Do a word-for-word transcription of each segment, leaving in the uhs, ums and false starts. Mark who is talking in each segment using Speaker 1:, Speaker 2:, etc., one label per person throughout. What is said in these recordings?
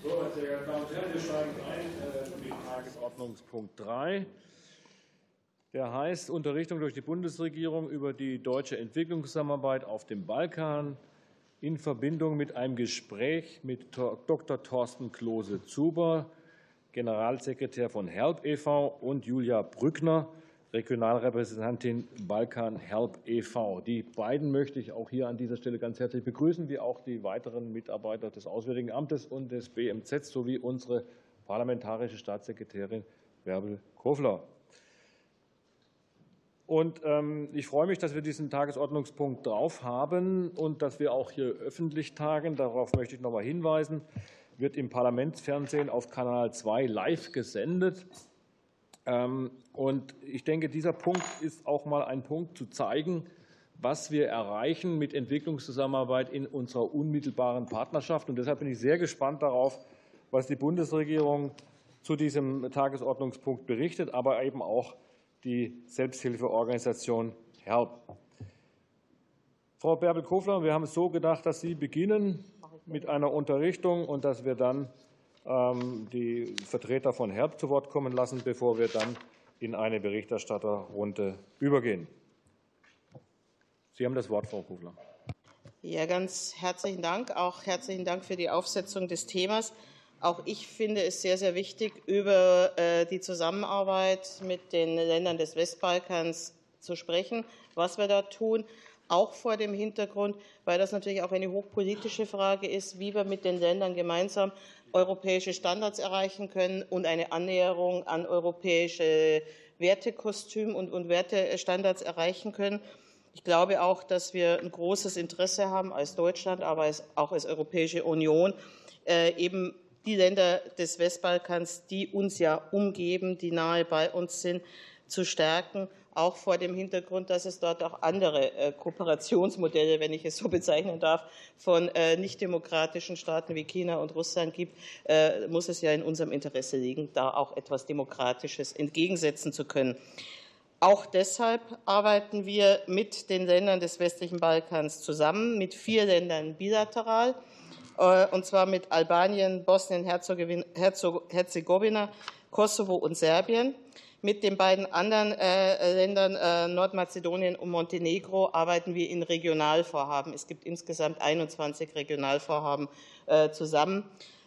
Speaker 1: So, meine sehr geehrten Damen und Herren, wir steigen ein in den Tagesordnungspunkt drei. Der heißt Unterrichtung durch die Bundesregierung über die deutsche Entwicklungszusammenarbeit auf dem Balkan in Verbindung mit einem Gespräch mit Doktor Thorsten Klose-Zuber, Generalsekretär von HELP e V, und Julia Brückner, Regionalrepräsentantin Balkan HELP e V. Die beiden möchte ich auch hier an dieser Stelle ganz herzlich begrüßen, wie auch die weiteren Mitarbeiter des Auswärtigen Amtes und des B M Z sowie unsere parlamentarische Staatssekretärin Bärbel Kofler. Und ähm, ich freue mich, dass wir diesen Tagesordnungspunkt drauf haben und dass wir auch hier öffentlich tagen. Darauf möchte ich noch einmal hinweisen. Wird im Parlamentsfernsehen auf Kanal zwei live gesendet. Ähm, und ich denke, dieser Punkt ist auch mal ein Punkt, zu zeigen, was wir erreichen mit Entwicklungszusammenarbeit in unserer unmittelbaren Partnerschaft. Und deshalb bin ich sehr gespannt darauf, was die Bundesregierung zu diesem Tagesordnungspunkt berichtet, aber eben auch die Selbsthilfeorganisation HELP. Frau Bärbel Kofler, wir haben es so gedacht, dass Sie beginnen mit einer Unterrichtung und dass wir dann ähm, die Vertreter von HELP zu Wort kommen lassen, bevor wir dann in eine Berichterstatterrunde übergehen. Sie haben das Wort, Frau Kofler.
Speaker 2: Ja, ganz herzlichen Dank. Auch herzlichen Dank für die Aufsetzung des Themas. Auch ich finde es sehr, sehr wichtig, über die Zusammenarbeit mit den Ländern des Westbalkans zu sprechen, was wir da tun, auch vor dem Hintergrund, weil das natürlich auch eine hochpolitische Frage ist, wie wir mit den Ländern gemeinsam europäische Standards erreichen können und eine Annäherung an europäische Wertekostüm und, und Wertestandards erreichen können. Ich glaube auch, dass wir ein großes Interesse haben als Deutschland, aber auch als Europäische Union, eben die Länder des Westbalkans, die uns ja umgeben, die nahe bei uns sind, zu stärken, auch vor dem Hintergrund, dass es dort auch andere Kooperationsmodelle, wenn ich es so bezeichnen darf, von nichtdemokratischen Staaten wie China und Russland gibt, muss es ja in unserem Interesse liegen, da auch etwas Demokratisches entgegensetzen zu können. Auch deshalb arbeiten wir mit den Ländern des westlichen Balkans zusammen, mit vier Ländern bilateral, und zwar mit Albanien, Bosnien-Herzegowina, Kosovo und Serbien. Mit den beiden anderen Ländern, Nordmazedonien und Montenegro, arbeiten wir in Regionalvorhaben. Es gibt insgesamt einundzwanzig Regionalvorhaben zusammen.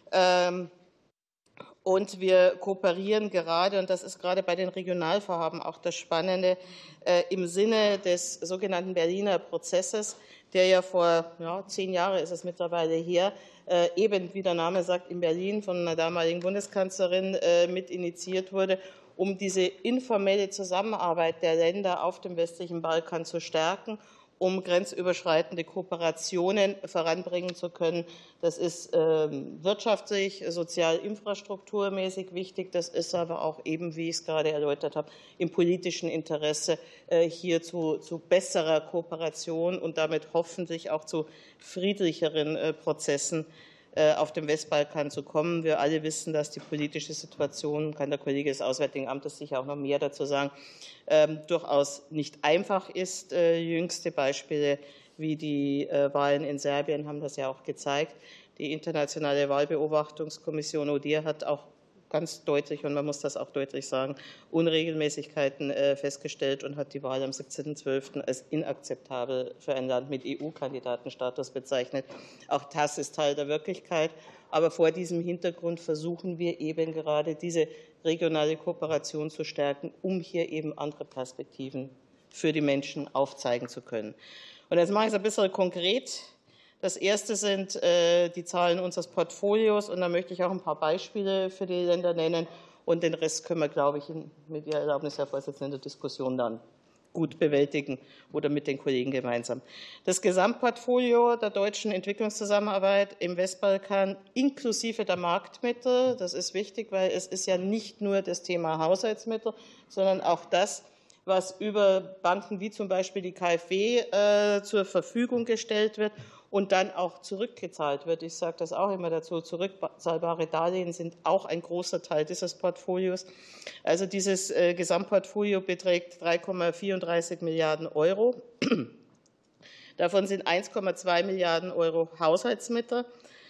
Speaker 2: Und wir kooperieren gerade, und das ist gerade bei den Regionalvorhaben auch das Spannende, im Sinne des sogenannten Berliner Prozesses, der ja vor ja, zehn Jahren ist es mittlerweile her, äh, eben, wie der Name sagt, in Berlin von einer damaligen Bundeskanzlerin äh, mit initiiert wurde, um diese informelle Zusammenarbeit der Länder auf dem westlichen Balkan zu stärken, um grenzüberschreitende Kooperationen voranbringen zu können. Das ist äh, wirtschaftlich, sozial, infrastrukturmäßig wichtig. Das ist aber auch eben, wie ich es gerade erläutert habe, im politischen Interesse äh, hier zu, zu besserer Kooperation und damit hoffentlich auch zu friedlicheren äh, Prozessen auf dem Westbalkan zu kommen. Wir alle wissen, dass die politische Situation, kann der Kollege des Auswärtigen Amtes sicher auch noch mehr dazu sagen, ähm, durchaus nicht einfach ist. Äh, jüngste Beispiele wie die äh, Wahlen in Serbien haben das ja auch gezeigt. Die internationale Wahlbeobachtungskommission O D I H R hat auch ganz deutlich, und man muss das auch deutlich sagen, Unregelmäßigkeiten äh, festgestellt und hat die Wahl am siebzehnten zwölften als inakzeptabel für ein Land mit E U-Kandidatenstatus bezeichnet. Auch das ist Teil der Wirklichkeit. Aber vor diesem Hintergrund versuchen wir eben gerade diese regionale Kooperation zu stärken, um hier eben andere Perspektiven für die Menschen aufzeigen zu können. Und jetzt mache ich es ein bisschen konkret. Das erste sind die Zahlen unseres Portfolios, und da möchte ich auch ein paar Beispiele für die Länder nennen. Und den Rest können wir, glaube ich, mit Ihrer Erlaubnis, Herr Vorsitzender, in der Diskussion dann gut bewältigen oder mit den Kollegen gemeinsam. Das Gesamtportfolio der deutschen Entwicklungszusammenarbeit im Westbalkan inklusive der Marktmittel, das ist wichtig, weil es ist ja nicht nur das Thema Haushaltsmittel, sondern auch das, was über Banken wie zum Beispiel die K f W äh, zur Verfügung gestellt wird und dann auch zurückgezahlt wird. Ich sage das auch immer dazu, zurückzahlbare Darlehen sind auch ein großer Teil dieses Portfolios. Also dieses äh, Gesamtportfolio beträgt drei Komma vierunddreißig Milliarden Euro. Davon sind eins Komma zwei Milliarden Euro Haushaltsmittel.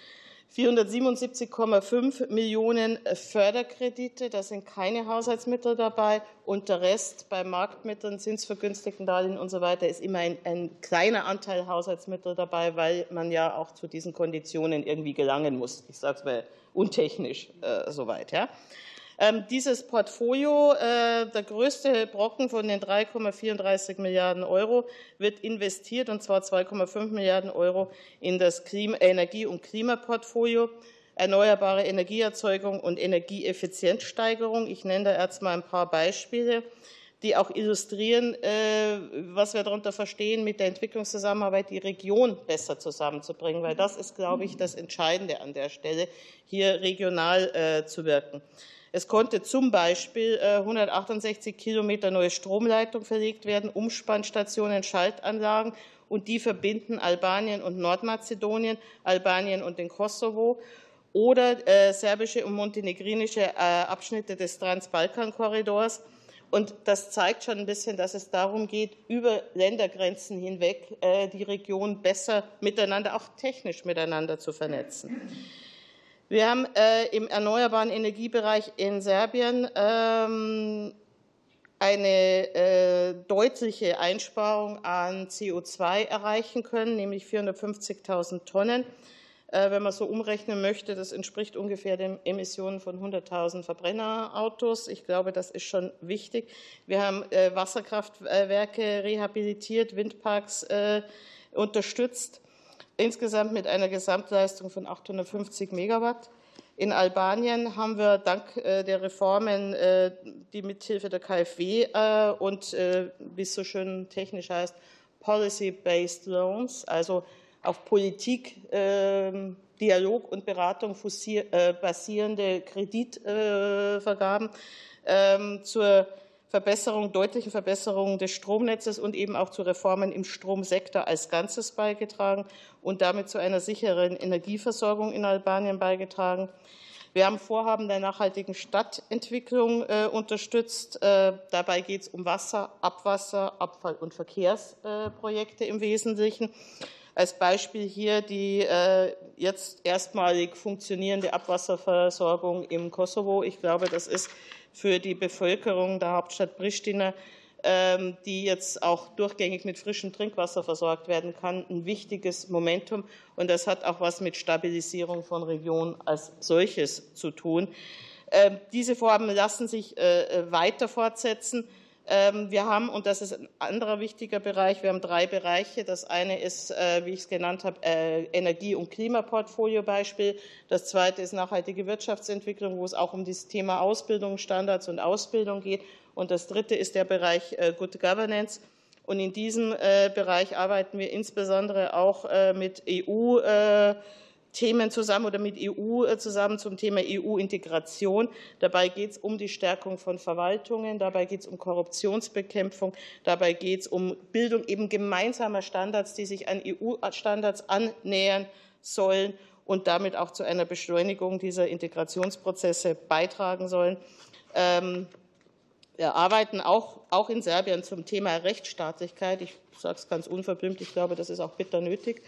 Speaker 2: vierhundertsiebenundsiebzig Komma fünf Millionen Förderkredite, da sind keine Haushaltsmittel dabei, und der Rest bei Marktmitteln, zinsvergünstigten Darlehen und so weiter ist immer ein, ein kleiner Anteil Haushaltsmittel dabei, weil man ja auch zu diesen Konditionen irgendwie gelangen muss. Ich sage es mal untechnisch äh, soweit. Ja. Ähm, dieses Portfolio, äh, der größte Brocken von den drei Komma vierunddreißig Milliarden Euro, wird investiert, und zwar zwei Komma fünf Milliarden Euro in das Klima-, Energie- und Klimaportfolio, erneuerbare Energieerzeugung und Energieeffizienzsteigerung. Ich nenne da jetzt mal ein paar Beispiele, die auch illustrieren, äh, was wir darunter verstehen, mit der Entwicklungszusammenarbeit die Region besser zusammenzubringen, weil das ist, glaube ich, das Entscheidende an der Stelle, hier regional äh, zu wirken. Es konnte zum Beispiel hundertachtundsechzig Kilometer neue Stromleitung verlegt werden, Umspannstationen, Schaltanlagen, und die verbinden Albanien und Nordmazedonien, Albanien und den Kosovo, oder äh, serbische und montenegrinische äh, Abschnitte des Transbalkan-Korridors. Und das zeigt schon ein bisschen, dass es darum geht, über Ländergrenzen hinweg äh, die Region besser miteinander, auch technisch miteinander zu vernetzen. Wir haben äh, im erneuerbaren Energiebereich in Serbien ähm, eine äh, deutliche Einsparung an C O zwei erreichen können, nämlich vierhundertfünfzigtausend Tonnen. Äh, wenn man so umrechnen möchte, das entspricht ungefähr den Emissionen von hunderttausend Verbrennerautos. Ich glaube, das ist schon wichtig. Wir haben äh, Wasserkraftwerke rehabilitiert, Windparks äh, unterstützt, insgesamt mit einer Gesamtleistung von achthundertfünfzig Megawatt. In Albanien haben wir dank der Reformen, die mithilfe der K f W und, wie es so schön technisch heißt, Policy-Based Loans, also auf Politik, Dialog und Beratung basierende Kreditvergaben zur Verbesserung, deutlichen Verbesserung des Stromnetzes und eben auch zu Reformen im Stromsektor als Ganzes beigetragen und damit zu einer sicheren Energieversorgung in Albanien beigetragen. Wir haben Vorhaben der nachhaltigen Stadtentwicklung äh, unterstützt. Äh, dabei geht es um Wasser, Abwasser, Abfall- und Verkehrsprojekte äh, im Wesentlichen. Als Beispiel hier die äh, jetzt erstmalig funktionierende Abwasserversorgung im Kosovo. Ich glaube, das ist für die Bevölkerung der Hauptstadt Pristina, ähm, die jetzt auch durchgängig mit frischem Trinkwasser versorgt werden kann, ein wichtiges Momentum. Und das hat auch was mit Stabilisierung von Regionen als solches zu tun. Ähm, diese Vorhaben lassen sich äh, weiter fortsetzen. Wir haben, und das ist ein anderer wichtiger Bereich, wir haben drei Bereiche. Das eine ist, wie ich es genannt habe, Energie- und Klimaportfolio-Beispiel. Das zweite ist nachhaltige Wirtschaftsentwicklung, wo es auch um das Thema Ausbildung, Standards und Ausbildung geht. Und das dritte ist der Bereich Good Governance. Und in diesem Bereich arbeiten wir insbesondere auch mit E U Themen zusammen oder mit E U zusammen zum Thema E U-Integration. Dabei geht es um die Stärkung von Verwaltungen, dabei geht es um Korruptionsbekämpfung, dabei geht es um Bildung eben gemeinsamer Standards, die sich an E U-Standards annähern sollen und damit auch zu einer Beschleunigung dieser Integrationsprozesse beitragen sollen. Ähm, Wir arbeiten auch, auch in Serbien zum Thema Rechtsstaatlichkeit. Ich sage es ganz unverblümt, ich glaube, das ist auch bitter nötig.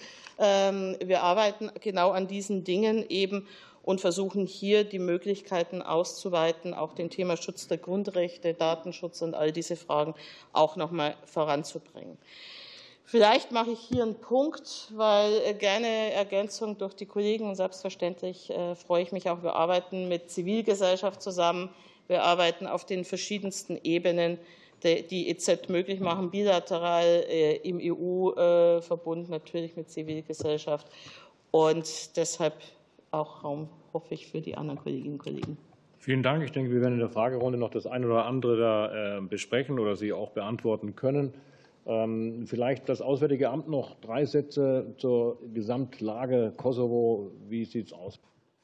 Speaker 2: Wir arbeiten genau an diesen Dingen eben und versuchen hier die Möglichkeiten auszuweiten, auch dem Thema Schutz der Grundrechte, Datenschutz und all diese Fragen auch noch mal voranzubringen. Vielleicht mache ich hier einen Punkt, weil gerne Ergänzung durch die Kollegen und selbstverständlich äh, freue ich mich auch. Wir arbeiten mit Zivilgesellschaft zusammen. Wir arbeiten auf den verschiedensten Ebenen, die E Z möglich machen, bilateral im E U-Verbund, natürlich mit Zivilgesellschaft. Und deshalb auch Raum, hoffe ich, für die anderen Kolleginnen und Kollegen.
Speaker 1: Vielen Dank. Ich denke, wir werden in der Fragerunde noch das eine oder andere da besprechen oder Sie auch beantworten können. Vielleicht das Auswärtige Amt noch drei Sätze zur Gesamtlage Kosovo. Wie sieht es aus?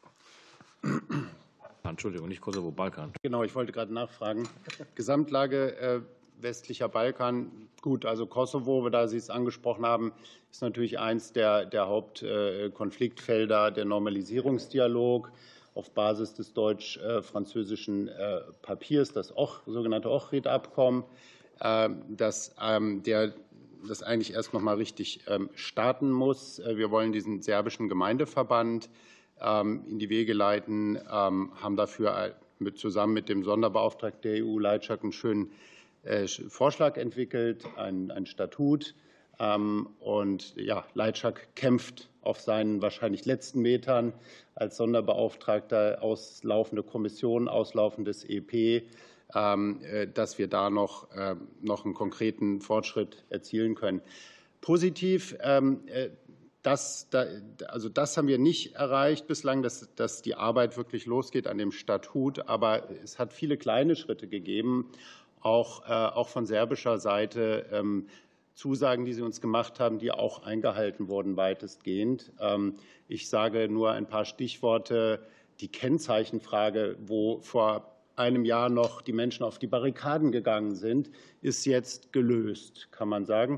Speaker 1: Entschuldigung, nicht Kosovo, Balkan.
Speaker 3: Genau, ich wollte gerade nachfragen. Gesamtlage äh, westlicher Balkan. Gut, also Kosovo, da Sie es angesprochen haben, ist natürlich eins der, der Hauptkonfliktfelder, äh, der Normalisierungsdialog auf Basis des deutsch-französischen äh, Papiers, das Och, sogenannte Ohrid-Abkommen, äh, das, ähm, der, das eigentlich erst noch mal richtig ähm, starten muss. Wir wollen diesen serbischen Gemeindeverband in die Wege leiten, haben dafür mit, zusammen mit dem Sonderbeauftragten der E U, Lajčák, einen schönen Vorschlag entwickelt, ein, ein Statut. Und ja, Lajčák kämpft auf seinen wahrscheinlich letzten Metern als Sonderbeauftragter, auslaufende Kommission, auslaufendes E P, dass wir da noch, noch einen konkreten Fortschritt erzielen können. Positiv, das, also das haben wir nicht erreicht bislang, dass, dass die Arbeit wirklich losgeht an dem Statut. Aber es hat viele kleine Schritte gegeben, auch, auch von serbischer Seite. Zusagen, die Sie uns gemacht haben, die auch eingehalten wurden, weitestgehend. Ich sage nur ein paar Stichworte. Die Kennzeichenfrage, wo vor einem Jahr noch die Menschen auf die Barrikaden gegangen sind, ist jetzt gelöst, kann man sagen.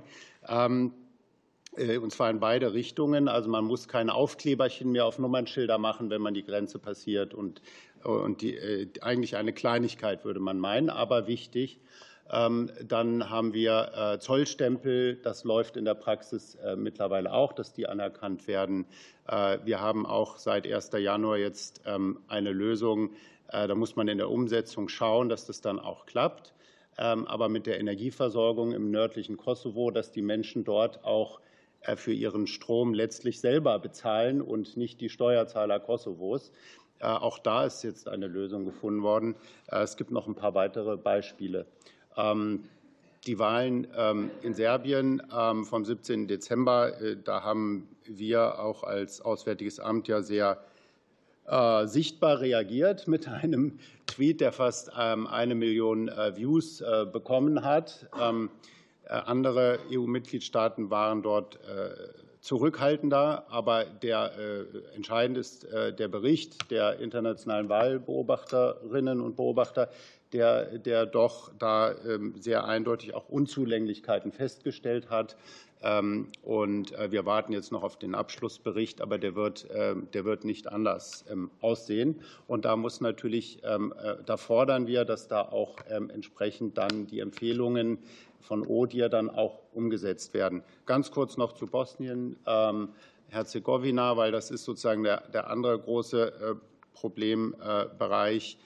Speaker 3: Und zwar in beide Richtungen. Also man muss keine Aufkleberchen mehr auf Nummernschilder machen, wenn man die Grenze passiert. Und, und die, eigentlich eine Kleinigkeit, würde man meinen, aber wichtig. Dann haben wir Zollstempel. Das läuft in der Praxis mittlerweile auch, dass die anerkannt werden. Wir haben auch seit ersten Januar jetzt eine Lösung. Da muss man in der Umsetzung schauen, dass das dann auch klappt. Aber mit der Energieversorgung im nördlichen Kosovo, dass die Menschen dort auch für ihren Strom letztlich selber bezahlen und nicht die Steuerzahler Kosovos. Auch da ist jetzt eine Lösung gefunden worden. Es gibt noch ein paar weitere Beispiele. Die Wahlen in Serbien vom siebzehnten Dezember, da haben wir auch als Auswärtiges Amt ja sehr sichtbar reagiert mit einem Tweet, der fast eine Million Views bekommen hat. Andere E U-Mitgliedstaaten waren dort zurückhaltender, aber der, entscheidend ist der Bericht der internationalen Wahlbeobachterinnen und Beobachter, der, der doch da sehr eindeutig auch Unzulänglichkeiten festgestellt hat. Und wir warten jetzt noch auf den Abschlussbericht, aber der wird, der wird nicht anders aussehen. Und da muss natürlich, da fordern wir, dass da auch entsprechend dann die Empfehlungen von O D I H R dann auch umgesetzt werden. Ganz kurz noch zu Bosnien, Herzegowina, weil das ist sozusagen der, der andere große Problembereich.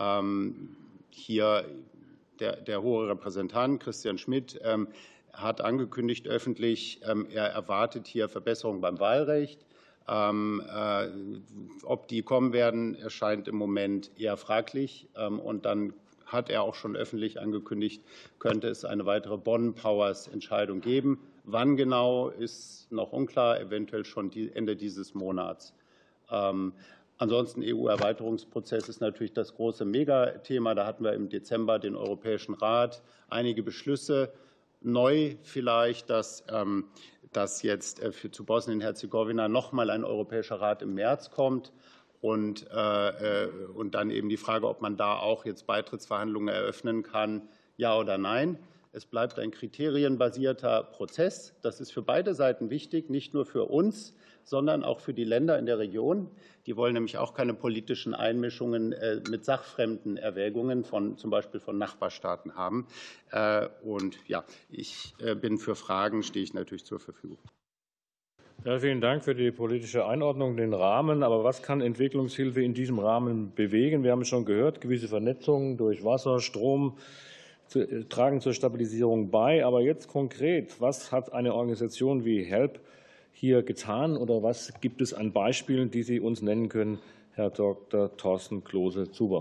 Speaker 3: Hier der, der hohe Repräsentant Christian Schmidt hat angekündigt öffentlich, er erwartet hier Verbesserungen beim Wahlrecht. Ob die kommen werden, erscheint im Moment eher fraglich. Und dann hat er auch schon öffentlich angekündigt, könnte es eine weitere Bonn-Powers-Entscheidung geben. Wann genau, ist noch unklar, eventuell schon Ende dieses Monats. Ansonsten E U-Erweiterungsprozess ist natürlich das große Megathema. Da hatten wir im Dezember den Europäischen Rat, einige Beschlüsse. Neu vielleicht, dass, dass jetzt für, zu Bosnien-Herzegowina noch mal ein Europäischer Rat im März kommt. Und, äh, und dann eben die Frage, ob man da auch jetzt Beitrittsverhandlungen eröffnen kann, ja oder nein. Es bleibt ein kriterienbasierter Prozess. Das ist für beide Seiten wichtig, nicht nur für uns, sondern auch für die Länder in der Region. Die wollen nämlich auch keine politischen Einmischungen äh, mit sachfremden Erwägungen von zum Beispiel von Nachbarstaaten haben. Äh, und ja, ich äh, bin für Fragen, stehe ich natürlich zur Verfügung.
Speaker 1: Ja, vielen Dank für die politische Einordnung, den Rahmen. Aber was kann Entwicklungshilfe in diesem Rahmen bewegen? Wir haben es schon gehört, gewisse Vernetzungen durch Wasser, Strom tragen zur Stabilisierung bei. Aber jetzt konkret, was hat eine Organisation wie HELP hier getan oder was gibt es an Beispielen, die Sie uns nennen können, Herr Doktor Thorsten Klose-Zuber?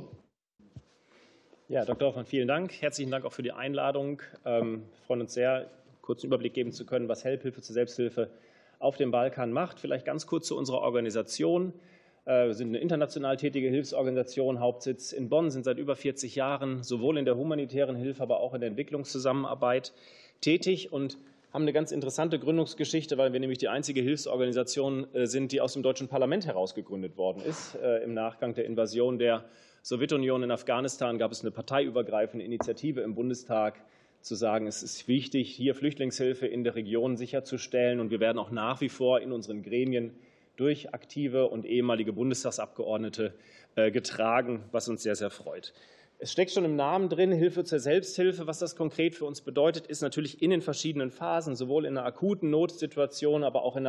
Speaker 4: Ja, Herr Doktor Hoffmann, vielen Dank. Herzlichen Dank auch für die Einladung. Wir freuen uns sehr, einen kurzen Überblick geben zu können, was HELP, Hilfe zur Selbsthilfe, auf dem Balkan macht. Vielleicht ganz kurz zu unserer Organisation. Wir sind eine international tätige Hilfsorganisation, Hauptsitz in Bonn, sind seit über vierzig Jahren sowohl in der humanitären Hilfe, aber auch in der Entwicklungszusammenarbeit tätig und haben eine ganz interessante Gründungsgeschichte, weil wir nämlich die einzige Hilfsorganisation sind, die aus dem deutschen Parlament heraus gegründet worden ist. Im Nachgang der Invasion der Sowjetunion in Afghanistan gab es eine parteiübergreifende Initiative im Bundestag, zu sagen, es ist wichtig, hier Flüchtlingshilfe in der Region sicherzustellen. Und wir werden auch nach wie vor in unseren Gremien durch aktive und ehemalige Bundestagsabgeordnete getragen, was uns sehr, sehr freut. Es steckt schon im Namen drin, Hilfe zur Selbsthilfe. Was das konkret für uns bedeutet, ist natürlich in den verschiedenen Phasen, sowohl in einer akuten Notsituation, aber auch in einer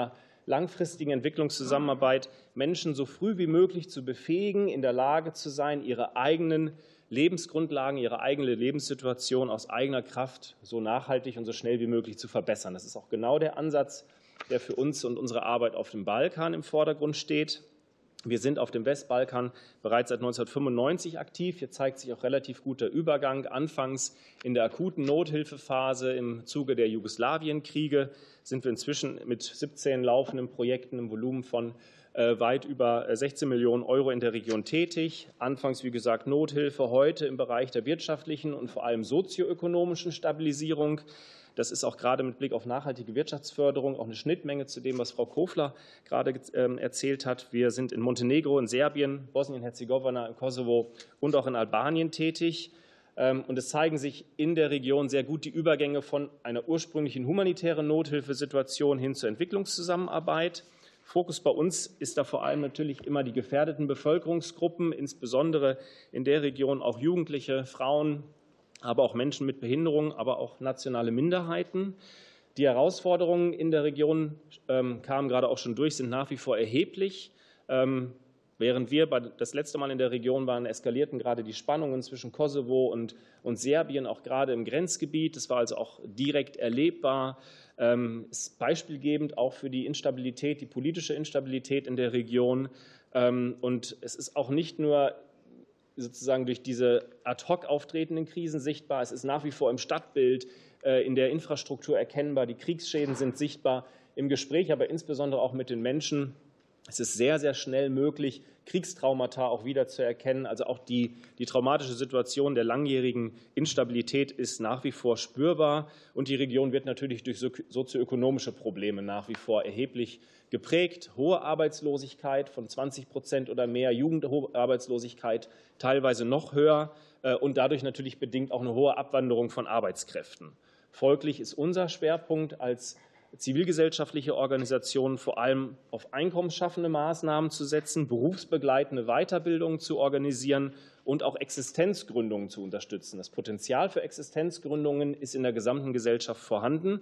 Speaker 4: langfristigen Entwicklungszusammenarbeit Menschen so früh wie möglich zu befähigen, in der Lage zu sein, ihre eigenen Lebensgrundlagen, ihre eigene Lebenssituation aus eigener Kraft so nachhaltig und so schnell wie möglich zu verbessern. Das ist auch genau der Ansatz, der für uns und unsere Arbeit auf dem Balkan im Vordergrund steht. Wir sind auf dem Westbalkan bereits seit neunzehnhundertfünfundneunzig aktiv. Hier zeigt sich auch relativ gut der Übergang. Anfangs in der akuten Nothilfephase im Zuge der Jugoslawienkriege sind wir inzwischen mit siebzehn laufenden Projekten im Volumen von äh, weit über sechzehn Millionen Euro in der Region tätig. Anfangs, wie gesagt, Nothilfe, heute im Bereich der wirtschaftlichen und vor allem sozioökonomischen Stabilisierung. Das ist auch gerade mit Blick auf nachhaltige Wirtschaftsförderung auch eine Schnittmenge zu dem, was Frau Kofler gerade erzählt hat. Wir sind in Montenegro, in Serbien, Bosnien-Herzegowina, im Kosovo und auch in Albanien tätig. Und es zeigen sich in der Region sehr gut die Übergänge von einer ursprünglichen humanitären Nothilfesituation hin zur Entwicklungszusammenarbeit. Fokus bei uns ist da vor allem natürlich immer die gefährdeten Bevölkerungsgruppen, insbesondere in der Region auch Jugendliche, Frauen, aber auch Menschen mit Behinderung, aber auch nationale Minderheiten. Die Herausforderungen in der Region ähm, kamen gerade auch schon durch, sind nach wie vor erheblich. Ähm, während wir das letzte Mal in der Region waren, eskalierten gerade die Spannungen zwischen Kosovo und, und Serbien, auch gerade im Grenzgebiet. Das war also auch direkt erlebbar. Ähm, ist beispielgebend auch für die Instabilität, die politische Instabilität in der Region. Ähm, und es ist auch nicht nur sozusagen durch diese ad hoc auftretenden Krisen sichtbar. Es ist nach wie vor im Stadtbild, in der Infrastruktur erkennbar. Die Kriegsschäden sind sichtbar im Gespräch, aber insbesondere auch mit den Menschen. Es ist sehr, sehr schnell möglich, Kriegstraumata auch wieder zu erkennen. Also auch die, die traumatische Situation der langjährigen Instabilität ist nach wie vor spürbar. Und die Region wird natürlich durch sozioökonomische Probleme nach wie vor erheblich geprägt. Hohe Arbeitslosigkeit von zwanzig Prozent oder mehr, Jugendarbeitslosigkeit teilweise noch höher und dadurch natürlich bedingt auch eine hohe Abwanderung von Arbeitskräften. Folglich ist unser Schwerpunkt als zivilgesellschaftliche Organisationen vor allem auf einkommensschaffende Maßnahmen zu setzen, berufsbegleitende Weiterbildung zu organisieren und auch Existenzgründungen zu unterstützen. Das Potenzial für Existenzgründungen ist in der gesamten Gesellschaft vorhanden.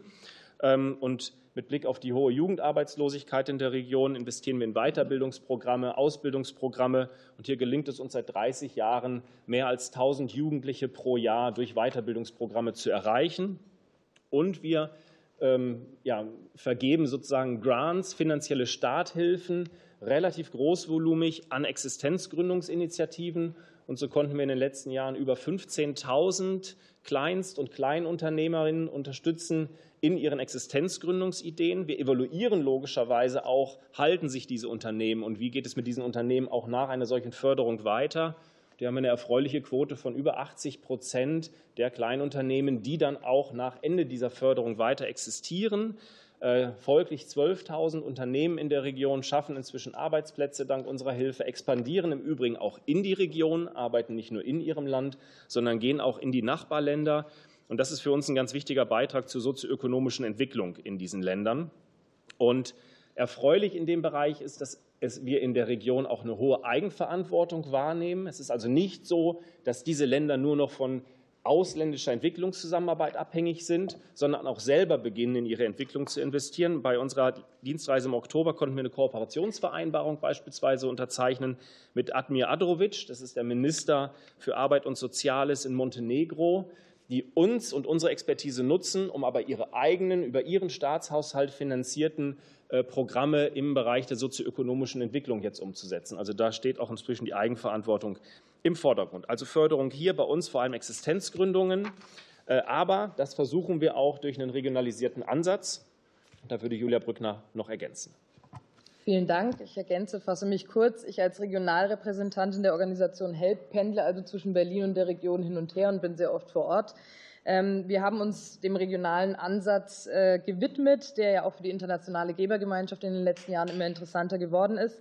Speaker 4: Und mit Blick auf die hohe Jugendarbeitslosigkeit in der Region investieren wir in Weiterbildungsprogramme, Ausbildungsprogramme. Und hier gelingt es uns seit dreißig Jahren, mehr als tausend Jugendliche pro Jahr durch Weiterbildungsprogramme zu erreichen. Und wir ähm, ja, vergeben sozusagen Grants, finanzielle Starthilfen, relativ großvolumig an Existenzgründungsinitiativen. Und so konnten wir in den letzten Jahren über fünfzehntausend Kleinst- und Kleinunternehmerinnen unterstützen in ihren Existenzgründungsideen. Wir evaluieren logischerweise auch, halten sich diese Unternehmen und wie geht es mit diesen Unternehmen auch nach einer solchen Förderung weiter. Wir haben eine erfreuliche Quote von über achtzig Prozent der Kleinunternehmen, die dann auch nach Ende dieser Förderung weiter existieren. Folglich zwölftausend Unternehmen in der Region schaffen inzwischen Arbeitsplätze dank unserer Hilfe, expandieren im Übrigen auch in die Region, arbeiten nicht nur in ihrem Land, sondern gehen auch in die Nachbarländer. Und das ist für uns ein ganz wichtiger Beitrag zur sozioökonomischen Entwicklung in diesen Ländern. Und erfreulich in dem Bereich ist, dass wir in der Region auch eine hohe Eigenverantwortung wahrnehmen. Es ist also nicht so, dass diese Länder nur noch von ausländischer Entwicklungszusammenarbeit abhängig sind, sondern auch selber beginnen, in ihre Entwicklung zu investieren. Bei unserer Dienstreise im Oktober konnten wir eine Kooperationsvereinbarung beispielsweise unterzeichnen mit Admir Adrovic, das ist der Minister für Arbeit und Soziales in Montenegro, die uns und unsere Expertise nutzen, um aber ihre eigenen, über ihren Staatshaushalt finanzierten Programme im Bereich der sozioökonomischen Entwicklung jetzt umzusetzen. Also da steht auch inzwischen die Eigenverantwortung im Vordergrund. Also Förderung hier bei uns vor allem Existenzgründungen, aber das versuchen wir auch durch einen regionalisierten Ansatz. Da würde Julia Brückner noch ergänzen.
Speaker 5: Vielen Dank. Ich ergänze, fasse mich kurz. Ich als Regionalrepräsentantin der Organisation HELP pendle also zwischen Berlin und der Region hin und her und bin sehr oft vor Ort. Wir haben uns dem regionalen Ansatz gewidmet, der ja auch für die internationale Gebergemeinschaft in den letzten Jahren immer interessanter geworden ist.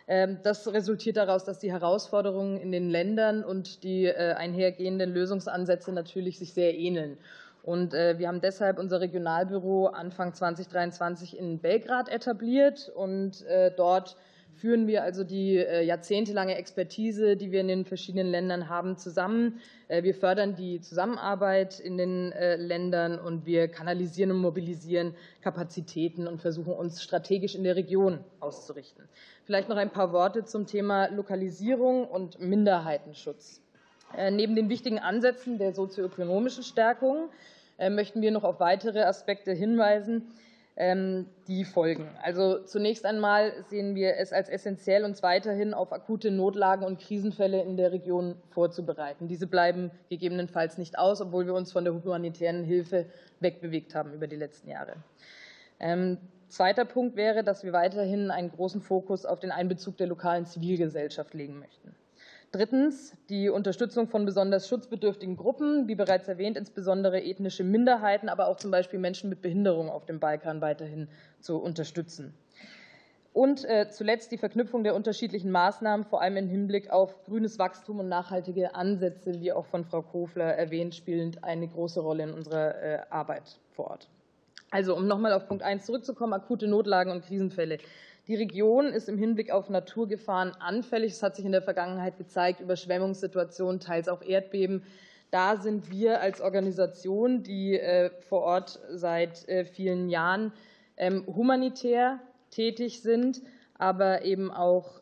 Speaker 5: Das resultiert daraus, dass die Herausforderungen in den Ländern und die einhergehenden Lösungsansätze natürlich sich sehr ähneln. Und wir haben deshalb unser Regionalbüro Anfang zweitausenddreiundzwanzig in Belgrad etabliert und dort führen wir also die jahrzehntelange Expertise, die wir in den verschiedenen Ländern haben, zusammen. Wir fördern die Zusammenarbeit in den Ländern und wir kanalisieren und mobilisieren Kapazitäten und versuchen uns strategisch in der Region auszurichten. Vielleicht noch ein paar Worte zum Thema Lokalisierung und Minderheitenschutz. Neben den wichtigen Ansätzen der sozioökonomischen Stärkung möchten wir noch auf weitere Aspekte hinweisen, die folgen. Also zunächst einmal sehen wir es als essentiell, uns weiterhin auf akute Notlagen und Krisenfälle in der Region vorzubereiten. Diese bleiben gegebenenfalls nicht aus, obwohl wir uns von der humanitären Hilfe wegbewegt haben über die letzten Jahre. Ähm, zweiter Punkt wäre, dass wir weiterhin einen großen Fokus auf den Einbezug der lokalen Zivilgesellschaft legen möchten. Drittens, die Unterstützung von besonders schutzbedürftigen Gruppen, wie bereits erwähnt, insbesondere ethnische Minderheiten, aber auch zum Beispiel Menschen mit Behinderung auf dem Balkan weiterhin zu unterstützen. Und äh, zuletzt die Verknüpfung der unterschiedlichen Maßnahmen, vor allem im Hinblick auf grünes Wachstum und nachhaltige Ansätze, wie auch von Frau Kofler erwähnt, spielen eine große Rolle in unserer äh, Arbeit vor Ort. Also, um nochmal auf Punkt eins zurückzukommen, akute Notlagen und Krisenfälle. Die Region ist im Hinblick auf Naturgefahren anfällig. Das hat sich in der Vergangenheit gezeigt, Überschwemmungssituationen, teils auch Erdbeben. Da sind wir als Organisation, die vor Ort seit vielen Jahren humanitär tätig sind, aber eben auch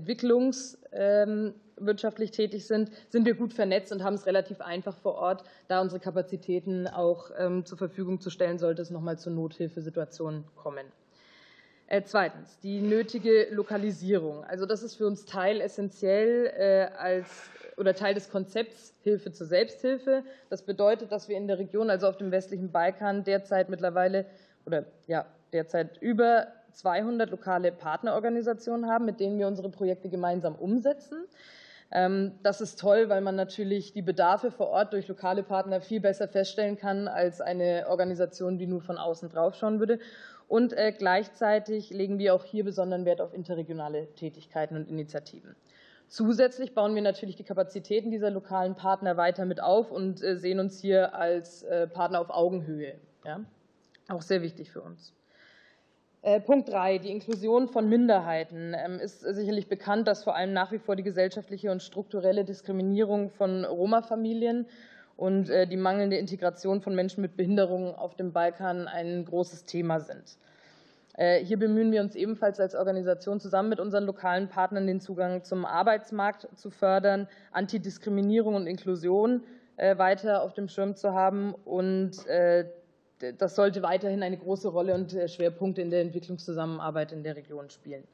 Speaker 5: entwicklungswirtschaftlich tätig sind, sind wir gut vernetzt und haben es relativ einfach vor Ort, da unsere Kapazitäten auch zur Verfügung zu stellen, sollte es nochmal zu Nothilfesituationen kommen. Zweitens, die nötige Lokalisierung. Also das ist für uns Teil essentiell äh, als, oder Teil des Konzepts Hilfe zur Selbsthilfe. Das bedeutet, dass wir in der Region, also auf dem westlichen Balkan, derzeit mittlerweile oder ja derzeit über zweihundert lokale Partnerorganisationen haben, mit denen wir unsere Projekte gemeinsam umsetzen. Ähm, das ist toll, weil man natürlich die Bedarfe vor Ort durch lokale Partner viel besser feststellen kann als eine Organisation, die nur von außen draufschauen würde. Und äh, gleichzeitig legen wir auch hier besonderen Wert auf interregionale Tätigkeiten und Initiativen. Zusätzlich bauen wir natürlich die Kapazitäten dieser lokalen Partner weiter mit auf und äh, sehen uns hier als äh, Partner auf Augenhöhe. Ja? Auch sehr wichtig für uns. Äh, Punkt drei, die Inklusion von Minderheiten. Ähm, ist sicherlich bekannt, dass vor allem nach wie vor die gesellschaftliche und strukturelle Diskriminierung von Roma-Familien und die mangelnde Integration von Menschen mit Behinderungen auf dem Balkan ein großes Thema sind. Hier bemühen wir uns ebenfalls als Organisation zusammen mit unseren lokalen Partnern, den Zugang zum Arbeitsmarkt zu fördern, Antidiskriminierung und Inklusion weiter auf dem Schirm zu haben. Und das sollte weiterhin eine große Rolle und Schwerpunkte in der Entwicklungszusammenarbeit in der Region spielen.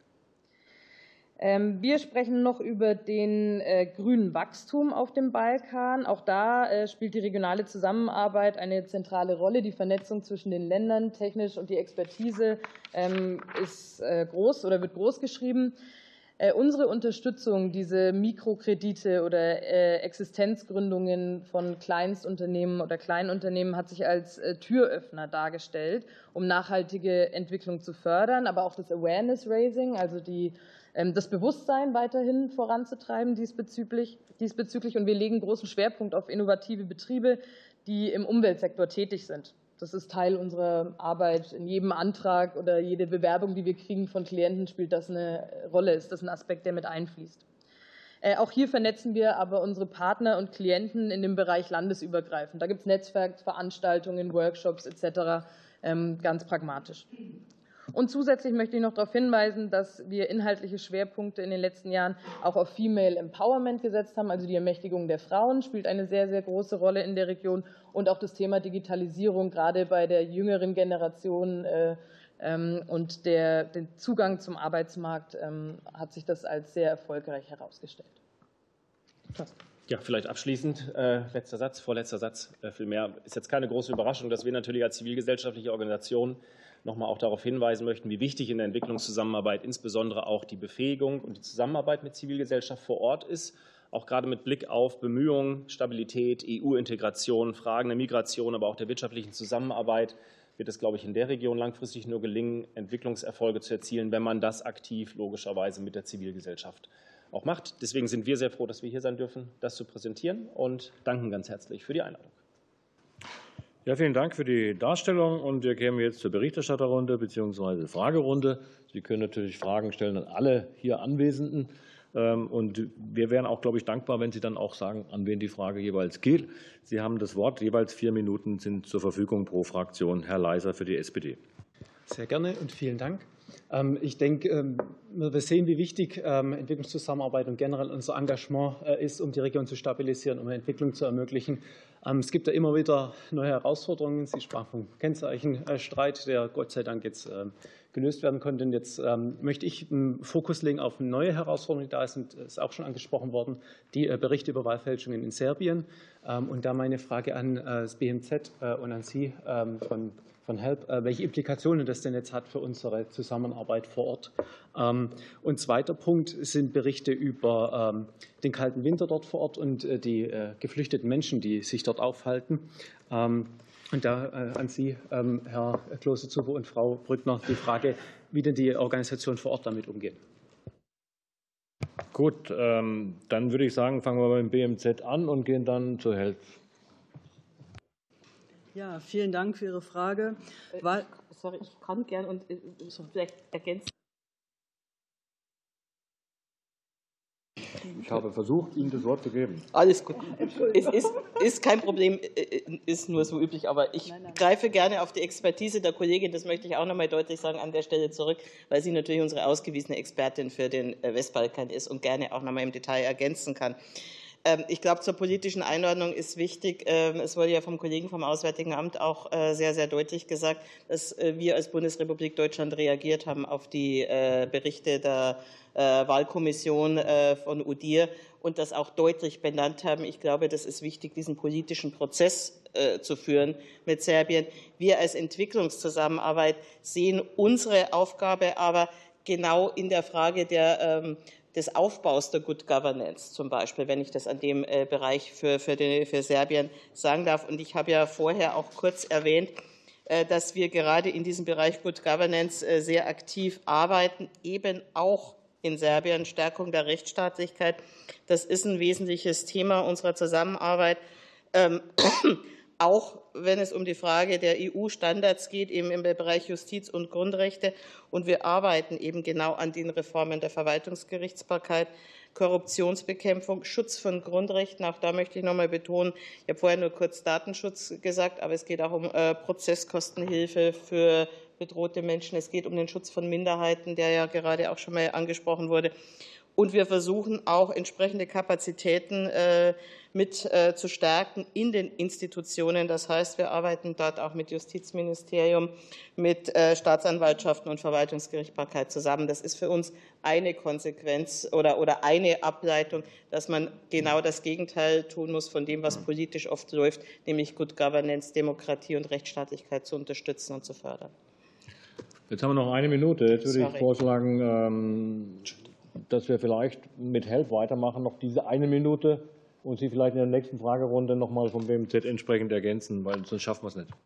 Speaker 5: Wir sprechen noch über den grünen Wachstum auf dem Balkan. Auch da spielt die regionale Zusammenarbeit eine zentrale Rolle. Die Vernetzung zwischen den Ländern, technisch und die Expertise ist groß oder wird groß geschrieben. Unsere Unterstützung, diese Mikrokredite oder Existenzgründungen von Kleinstunternehmen oder Kleinunternehmen, hat sich als Türöffner dargestellt, um nachhaltige Entwicklung zu fördern, aber auch das Awareness-Raising, also die das Bewusstsein weiterhin voranzutreiben diesbezüglich. diesbezüglich. Und wir legen großen Schwerpunkt auf innovative Betriebe, die im Umweltsektor tätig sind. Das ist Teil unserer Arbeit. In jedem Antrag oder jede Bewerbung, die wir kriegen von Klienten, spielt das eine Rolle, ist das ein Aspekt, der mit einfließt. Auch hier vernetzen wir aber unsere Partner und Klienten in dem Bereich landesübergreifend. Da gibt es Netzwerkveranstaltungen, Workshops et cetera, ganz pragmatisch. Und zusätzlich möchte ich noch darauf hinweisen, dass wir inhaltliche Schwerpunkte in den letzten Jahren auch auf Female Empowerment gesetzt haben. Also die Ermächtigung der Frauen spielt eine sehr, sehr große Rolle in der Region. Und auch das Thema Digitalisierung, gerade bei der jüngeren Generation äh, ähm, und der, den Zugang zum Arbeitsmarkt, ähm, hat sich das als sehr erfolgreich herausgestellt. Fast.
Speaker 4: Ja, vielleicht abschließend, äh, letzter Satz, vorletzter Satz, äh, vielmehr ist jetzt keine große Überraschung, dass wir natürlich als zivilgesellschaftliche Organisation noch mal auch darauf hinweisen möchten, wie wichtig in der Entwicklungszusammenarbeit insbesondere auch die Befähigung und die Zusammenarbeit mit Zivilgesellschaft vor Ort ist, auch gerade mit Blick auf Bemühungen, Stabilität, E U-Integration, Fragen der Migration, aber auch der wirtschaftlichen Zusammenarbeit wird es, glaube ich, in der Region langfristig nur gelingen, Entwicklungserfolge zu erzielen, wenn man das aktiv logischerweise mit der Zivilgesellschaft auch macht. Deswegen sind wir sehr froh, dass wir hier sein dürfen, das zu präsentieren, und danken ganz herzlich für die Einladung.
Speaker 1: Ja, vielen Dank für die Darstellung. Und wir kämen jetzt zur Berichterstatterrunde bzw. Fragerunde. Sie können natürlich Fragen stellen an alle hier Anwesenden. Und wir wären auch, glaube ich, dankbar, wenn Sie dann auch sagen, an wen die Frage jeweils geht. Sie haben das Wort. Jeweils vier Minuten sind zur Verfügung pro Fraktion. Herr Leiser für die S P D.
Speaker 6: Sehr gerne und vielen Dank. Ich denke, wir sehen, wie wichtig Entwicklungszusammenarbeit und generell unser Engagement ist, um die Region zu stabilisieren, um Entwicklung zu ermöglichen. Es gibt ja immer wieder neue Herausforderungen. Sie sprachen vom Kennzeichenstreit, der Gott sei Dank jetzt gelöst werden konnte. Und jetzt möchte ich einen Fokus legen auf neue Herausforderungen, die da sind. Es ist auch schon angesprochen worden, die Berichte über Wahlfälschungen in Serbien. Und da meine Frage an das B M Z und an Sie von von HELP, welche Implikationen das denn jetzt hat für unsere Zusammenarbeit vor Ort. Und zweiter Punkt sind Berichte über den kalten Winter dort vor Ort und die geflüchteten Menschen, die sich dort aufhalten. Und da an Sie, Herr Klose-Zuber und Frau Brückner, die Frage, wie denn die Organisation vor Ort damit umgeht.
Speaker 1: Gut, dann würde ich sagen, fangen wir beim B M Z an und gehen dann zur HELP.
Speaker 7: Ja, vielen Dank für Ihre Frage.
Speaker 2: Weil, Sorry, ich kann gern und vielleicht ergänzen.
Speaker 1: Ich habe versucht, Ihnen das Wort zu geben.
Speaker 2: Alles gut. Es ist, ist kein Problem, ist nur so üblich, aber ich nein, nein. greife gerne auf die Expertise der Kollegin, das möchte ich auch noch mal deutlich sagen, an der Stelle zurück, weil sie natürlich unsere ausgewiesene Expertin für den Westbalkan ist und gerne auch noch mal im Detail ergänzen kann. Ich glaube, zur politischen Einordnung ist wichtig, es wurde ja vom Kollegen vom Auswärtigen Amt auch sehr, sehr deutlich gesagt, dass wir als Bundesrepublik Deutschland reagiert haben auf die Berichte der Wahlkommission von U D I R und das auch deutlich benannt haben. Ich glaube, das ist wichtig, diesen politischen Prozess zu führen mit Serbien. Wir als Entwicklungszusammenarbeit sehen unsere Aufgabe aber genau in der Frage der des Aufbaus der Good Governance zum Beispiel, wenn ich das an dem Bereich für, für, den, für Serbien sagen darf. Und ich habe ja vorher auch kurz erwähnt, dass wir gerade in diesem Bereich Good Governance sehr aktiv arbeiten, eben auch in Serbien, Stärkung der Rechtsstaatlichkeit. Das ist ein wesentliches Thema unserer Zusammenarbeit. Ähm, auch wenn es um die Frage der E U-Standards geht, eben im Bereich Justiz und Grundrechte. Und wir arbeiten eben genau an den Reformen der Verwaltungsgerichtsbarkeit, Korruptionsbekämpfung, Schutz von Grundrechten. Auch da möchte ich noch einmal betonen, ich habe vorher nur kurz Datenschutz gesagt, aber es geht auch um Prozesskostenhilfe für bedrohte Menschen. Es geht um den Schutz von Minderheiten, der ja gerade auch schon mal angesprochen wurde. Und wir versuchen auch entsprechende Kapazitäten äh, mit äh, zu stärken in den Institutionen. Das heißt, wir arbeiten dort auch mit Justizministerium, mit äh, Staatsanwaltschaften und Verwaltungsgerichtsbarkeit zusammen. Das ist für uns eine Konsequenz oder, oder eine Ableitung, dass man genau das Gegenteil tun muss von dem, was politisch oft läuft, nämlich Good Governance, Demokratie und Rechtsstaatlichkeit zu unterstützen und zu fördern.
Speaker 1: Jetzt haben wir noch eine Minute. Jetzt würde
Speaker 2: Sorry.
Speaker 1: ich vorschlagen, ähm, dass wir vielleicht mit HELP weitermachen, noch diese eine Minute und Sie vielleicht in der nächsten Fragerunde noch mal vom B M Z entsprechend ergänzen, weil sonst schaffen wir es nicht.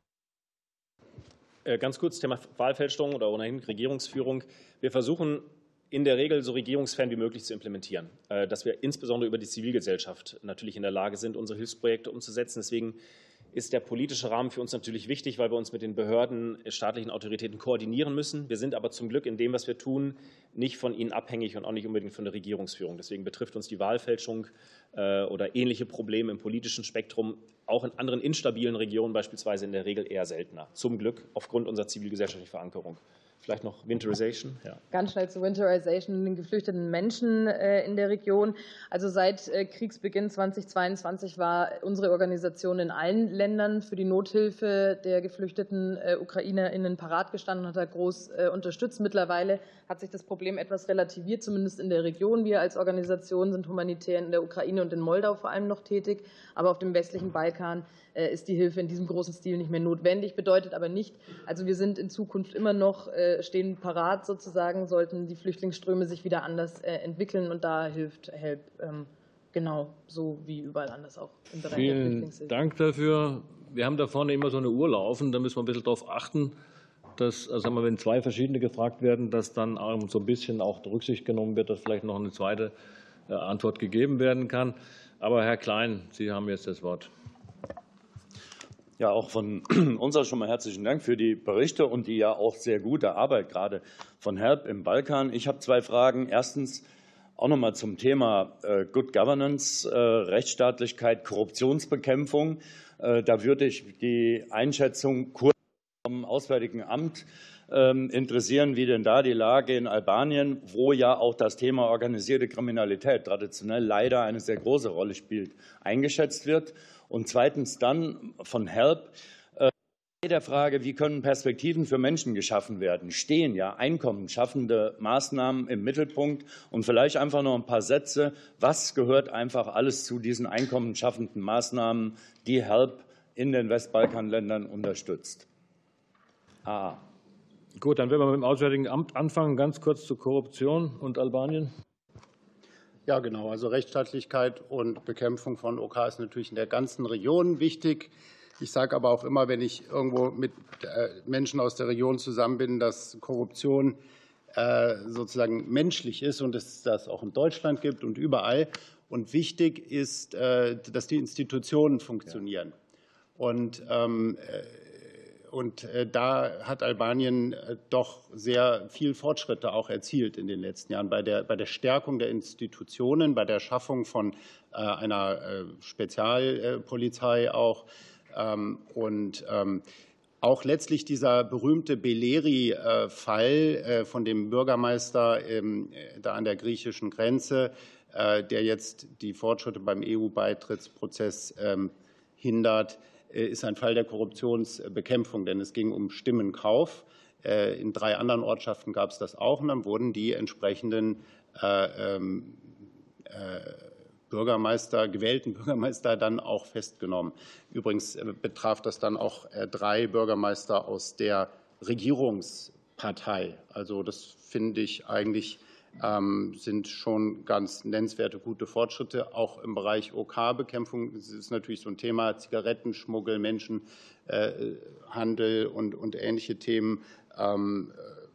Speaker 4: Ganz kurz, Thema Wahlfälschung oder ohnehin Regierungsführung. Wir versuchen in der Regel so regierungsfern wie möglich zu implementieren, dass wir insbesondere über die Zivilgesellschaft natürlich in der Lage sind, unsere Hilfsprojekte umzusetzen. Deswegen ist der politische Rahmen für uns natürlich wichtig, weil wir uns mit den Behörden, staatlichen Autoritäten koordinieren müssen. Wir sind aber zum Glück in dem, was wir tun, nicht von ihnen abhängig und auch nicht unbedingt von der Regierungsführung. Deswegen betrifft uns die Wahlfälschung äh, oder ähnliche Probleme im politischen Spektrum auch in anderen instabilen Regionen beispielsweise in der Regel eher seltener. Zum Glück aufgrund unserer zivilgesellschaftlichen Verankerung. Vielleicht noch Winterization? Ja.
Speaker 5: Ganz schnell zu Winterization und den geflüchteten Menschen in der Region. Also seit Kriegsbeginn zweitausendzweiundzwanzig war unsere Organisation in allen Ländern für die Nothilfe der geflüchteten UkrainerInnen parat gestanden und hat da groß unterstützt. Mittlerweile hat sich das Problem etwas relativiert, zumindest in der Region. Wir als Organisation sind humanitär in der Ukraine und in Moldau vor allem noch tätig, aber auf dem westlichen Balkan ist die Hilfe in diesem großen Stil nicht mehr notwendig, bedeutet aber nicht, also wir sind in Zukunft immer noch, stehen parat sozusagen, sollten die Flüchtlingsströme sich wieder anders entwickeln und da hilft HELP genau so wie überall anders auch im Bereich der Flüchtlingshilfe.
Speaker 1: Vielen Dank dafür. Wir haben da vorne immer so eine Uhr laufen, da müssen wir ein bisschen darauf achten, dass, also sagen wir, wenn zwei verschiedene gefragt werden, dass dann so ein bisschen auch Rücksicht genommen wird, dass vielleicht noch eine zweite Antwort gegeben werden kann. Aber Herr Klein, Sie haben jetzt das Wort.
Speaker 8: Ja, auch von uns aus schon mal herzlichen Dank für die Berichte und die ja auch sehr gute Arbeit gerade von HELP im Balkan. Ich habe zwei Fragen. Erstens auch noch mal zum Thema Good Governance, Rechtsstaatlichkeit, Korruptionsbekämpfung. Da würde ich die Einschätzung kurz vom Auswärtigen Amt interessieren, wie denn da die Lage in Albanien, wo ja auch das Thema organisierte Kriminalität traditionell leider eine sehr große Rolle spielt, eingeschätzt wird. Und zweitens dann von HELP der Frage, wie können Perspektiven für Menschen geschaffen werden? Stehen ja einkommensschaffende Maßnahmen im Mittelpunkt? Und vielleicht einfach noch ein paar Sätze. Was gehört einfach alles zu diesen einkommensschaffenden Maßnahmen, die HELP in den Westbalkanländern unterstützt? A.
Speaker 1: Gut, dann werden wir mit dem Auswärtigen Amt anfangen. Ganz kurz zu Korruption und Albanien.
Speaker 3: Ja, genau. Also Rechtsstaatlichkeit und Bekämpfung von O K ist natürlich in der ganzen Region wichtig. Ich sage aber auch immer, wenn ich irgendwo mit Menschen aus der Region zusammen bin, dass Korruption sozusagen menschlich ist und es das auch in Deutschland gibt und überall. Und wichtig ist, dass die Institutionen funktionieren. Und, und da hat Albanien doch sehr viel Fortschritte auch erzielt in den letzten Jahren bei der, bei der Stärkung der Institutionen, bei der Schaffung von einer Spezialpolizei auch. Und auch letztlich dieser berühmte Beleri-Fall von dem Bürgermeister da an der griechischen Grenze, der jetzt die Fortschritte beim E U-Beitrittsprozess hindert, ist ein Fall der Korruptionsbekämpfung, denn es ging um Stimmenkauf. In drei anderen Ortschaften gab es das auch, und dann wurden die entsprechenden Bürgermeister, gewählten Bürgermeister dann auch festgenommen. Übrigens betraf das dann auch drei Bürgermeister aus der Regierungspartei. Also das finde ich eigentlich ähm, sind schon ganz nennenswerte gute Fortschritte. Auch im Bereich O K-Bekämpfung ist natürlich so ein Thema Zigarettenschmuggel, Menschenhandel und, und ähnliche Themen. Ähm,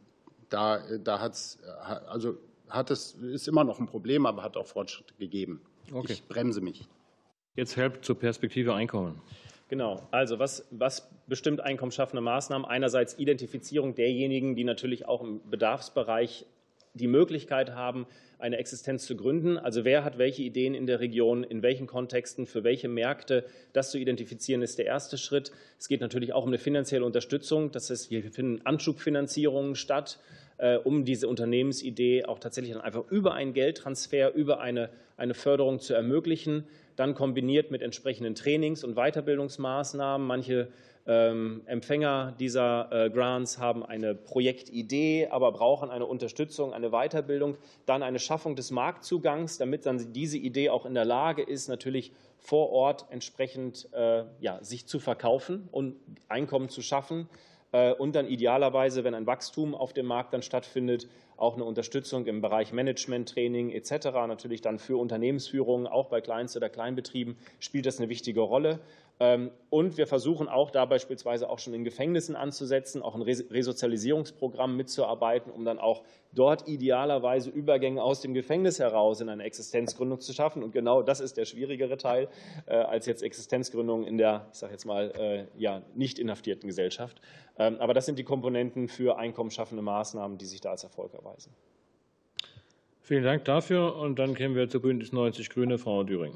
Speaker 3: da da hat's, also hat es ist immer noch ein Problem, aber hat auch Fortschritte gegeben. Okay. Ich bremse mich.
Speaker 1: Jetzt HELP zur Perspektive Einkommen.
Speaker 4: Genau. Also was, was bestimmt einkommensschaffende Maßnahmen? Einerseits Identifizierung derjenigen, die natürlich auch im Bedarfsbereich die Möglichkeit haben, eine Existenz zu gründen. Also wer hat welche Ideen in der Region, in welchen Kontexten, für welche Märkte. Das zu identifizieren ist der erste Schritt. Es geht natürlich auch um eine finanzielle Unterstützung. Das heißt, hier finden Anschubfinanzierungen statt, um diese Unternehmensidee auch tatsächlich dann einfach über einen Geldtransfer, über eine, eine Förderung zu ermöglichen, dann kombiniert mit entsprechenden Trainings- und Weiterbildungsmaßnahmen. Manche ähm, Empfänger dieser äh, Grants haben eine Projektidee, aber brauchen eine Unterstützung, eine Weiterbildung, dann eine Schaffung des Marktzugangs, damit dann diese Idee auch in der Lage ist, natürlich vor Ort entsprechend äh, ja, sich zu verkaufen und Einkommen zu schaffen. Und dann idealerweise, wenn ein Wachstum auf dem Markt dann stattfindet, auch eine Unterstützung im Bereich Management, Training et cetera. Natürlich dann für Unternehmensführung, auch bei Kleinst- oder Kleinbetrieben spielt das eine wichtige Rolle. Und wir versuchen auch da beispielsweise auch schon in Gefängnissen anzusetzen, auch ein Resozialisierungsprogramm mitzuarbeiten, um dann auch dort idealerweise Übergänge aus dem Gefängnis heraus in eine Existenzgründung zu schaffen. Und genau das ist der schwierigere Teil äh, als jetzt Existenzgründung in der, ich sage jetzt mal, äh, ja, nicht inhaftierten Gesellschaft. Ähm, aber das sind die Komponenten für einkommensschaffende Maßnahmen, die sich da als Erfolg erweisen.
Speaker 1: Vielen Dank dafür. Und dann kämen wir zu Bündnis neunzig Grüne, Frau Düring.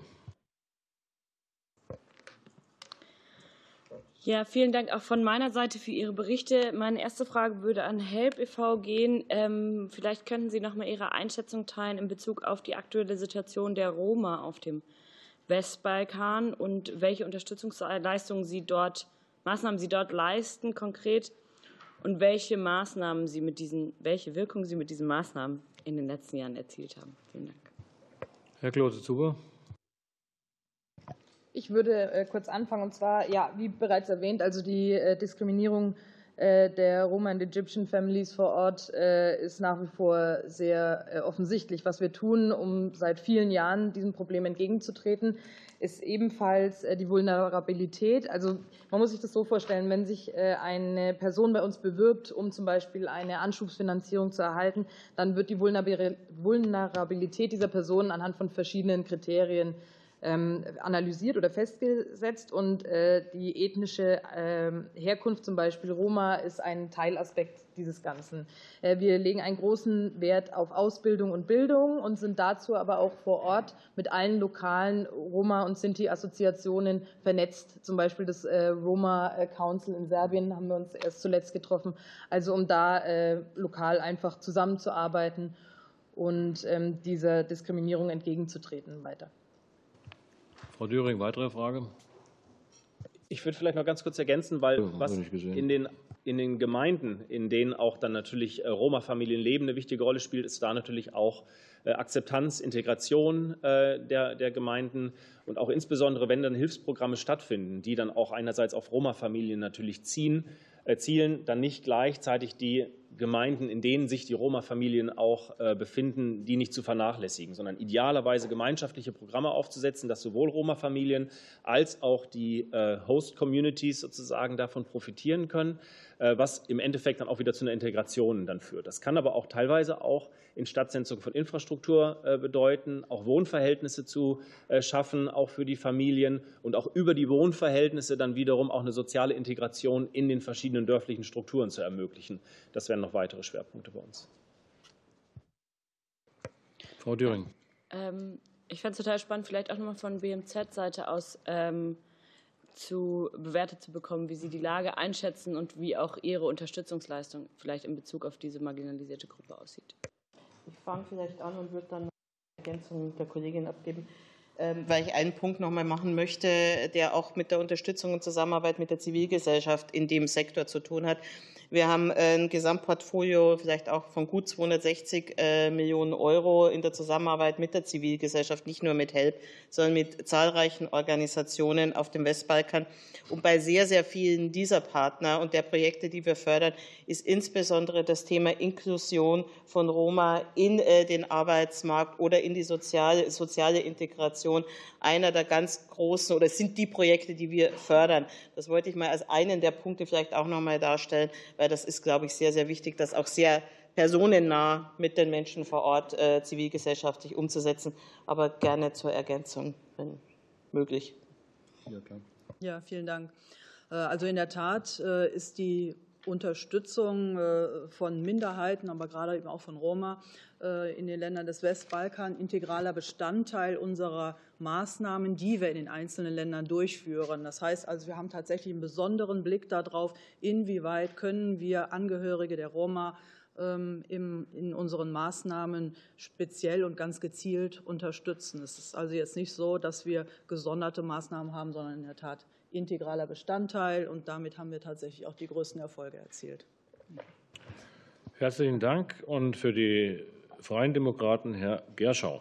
Speaker 9: Ja, vielen Dank auch von meiner Seite für Ihre Berichte. Meine erste Frage würde an HELP e V gehen. Ähm, vielleicht könnten Sie noch mal Ihre Einschätzung teilen in Bezug auf die aktuelle Situation der Roma auf dem Westbalkan und welche Unterstützungsleistungen Sie dort, Maßnahmen Sie dort leisten konkret und welche Maßnahmen Sie mit diesen, welche Wirkung Sie mit diesen Maßnahmen in den letzten Jahren erzielt haben. Vielen Dank.
Speaker 1: Herr Klose-Zuber.
Speaker 5: Ich würde äh, kurz anfangen, und zwar, ja, wie bereits erwähnt, also die äh, Diskriminierung äh, der Roma and Egyptian Families vor Ort äh, ist nach wie vor sehr äh, offensichtlich. Was wir tun, um seit vielen Jahren diesem Problem entgegenzutreten, ist ebenfalls äh, die Vulnerabilität. Also man muss sich das so vorstellen, wenn sich äh, eine Person bei uns bewirbt, um zum Beispiel eine Anschubsfinanzierung zu erhalten, dann wird die Vulnerabilität dieser Person anhand von verschiedenen Kriterien analysiert oder festgesetzt. Und die ethnische Herkunft, zum Beispiel Roma, ist ein Teilaspekt dieses Ganzen. Wir legen einen großen Wert auf Ausbildung und Bildung und sind dazu aber auch vor Ort mit allen lokalen Roma- und Sinti-Assoziationen vernetzt. Zum Beispiel das Roma Council in Serbien haben wir uns erst zuletzt getroffen. Also um da lokal einfach zusammenzuarbeiten und dieser Diskriminierung entgegenzutreten weiter.
Speaker 1: Frau Döring, weitere Frage?
Speaker 4: Ich würde vielleicht noch ganz kurz ergänzen, weil ja, was in den, in den Gemeinden, in denen auch dann natürlich Roma-Familien leben, eine wichtige Rolle spielt, ist da natürlich auch Akzeptanz, Integration der, der Gemeinden und auch insbesondere, wenn dann Hilfsprogramme stattfinden, die dann auch einerseits auf Roma-Familien natürlich ziehen, zielen, dann nicht gleichzeitig die Gemeinden, in denen sich die Roma-Familien auch befinden, die nicht zu vernachlässigen, sondern idealerweise gemeinschaftliche Programme aufzusetzen, dass sowohl Roma-Familien als auch die Host-Communities sozusagen davon profitieren können, was im Endeffekt dann auch wieder zu einer Integration dann führt. Das kann aber auch teilweise auch in Stadtzentren von Infrastruktur bedeuten, auch Wohnverhältnisse zu schaffen, auch für die Familien und auch über die Wohnverhältnisse dann wiederum auch eine soziale Integration in den verschiedenen dörflichen Strukturen zu ermöglichen. Das wären noch weitere Schwerpunkte bei uns.
Speaker 1: Frau Döring.
Speaker 9: Ähm, ich fände es total spannend, vielleicht auch nochmal von B M Z-Seite aus ähm, zu bewertet zu bekommen, wie Sie die Lage einschätzen und wie auch Ihre Unterstützungsleistung vielleicht in Bezug auf diese marginalisierte Gruppe aussieht.
Speaker 2: Ich fange vielleicht an und würde dann eine Ergänzung der Kollegin abgeben, weil ich einen Punkt noch mal machen möchte, der auch mit der Unterstützung und Zusammenarbeit mit der Zivilgesellschaft in dem Sektor zu tun hat. Wir haben ein Gesamtportfolio vielleicht auch von gut zweihundertsechzig Millionen Euro in der Zusammenarbeit mit der Zivilgesellschaft, nicht nur mit HELP, sondern mit zahlreichen Organisationen auf dem Westbalkan. Und bei sehr, sehr vielen dieser Partner und der Projekte, die wir fördern, ist insbesondere das Thema Inklusion von Roma in den Arbeitsmarkt oder in die soziale, soziale Integration einer der ganz großen, oder sind die Projekte, die wir fördern. Das wollte ich mal als einen der Punkte vielleicht auch noch mal darstellen, weil das ist, glaube ich, sehr, sehr wichtig, das auch sehr personennah mit den Menschen vor Ort äh, zivilgesellschaftlich umzusetzen. Aber gerne zur Ergänzung, wenn möglich.
Speaker 7: Ja, klar. Ja, vielen Dank. Also in der Tat ist die Unterstützung von Minderheiten, aber gerade eben auch von Roma in den Ländern des Westbalkan integraler Bestandteil unserer Maßnahmen, die wir in den einzelnen Ländern durchführen. Das heißt also, wir haben tatsächlich einen besonderen Blick darauf, inwieweit können wir Angehörige der Roma in unseren Maßnahmen speziell und ganz gezielt unterstützen. Es ist also jetzt nicht so, dass wir gesonderte Maßnahmen haben, sondern in der Tat integraler Bestandteil. Und damit haben wir tatsächlich auch die größten Erfolge erzielt.
Speaker 1: Herzlichen Dank. Und für die Freien Demokraten Herr Gerschau.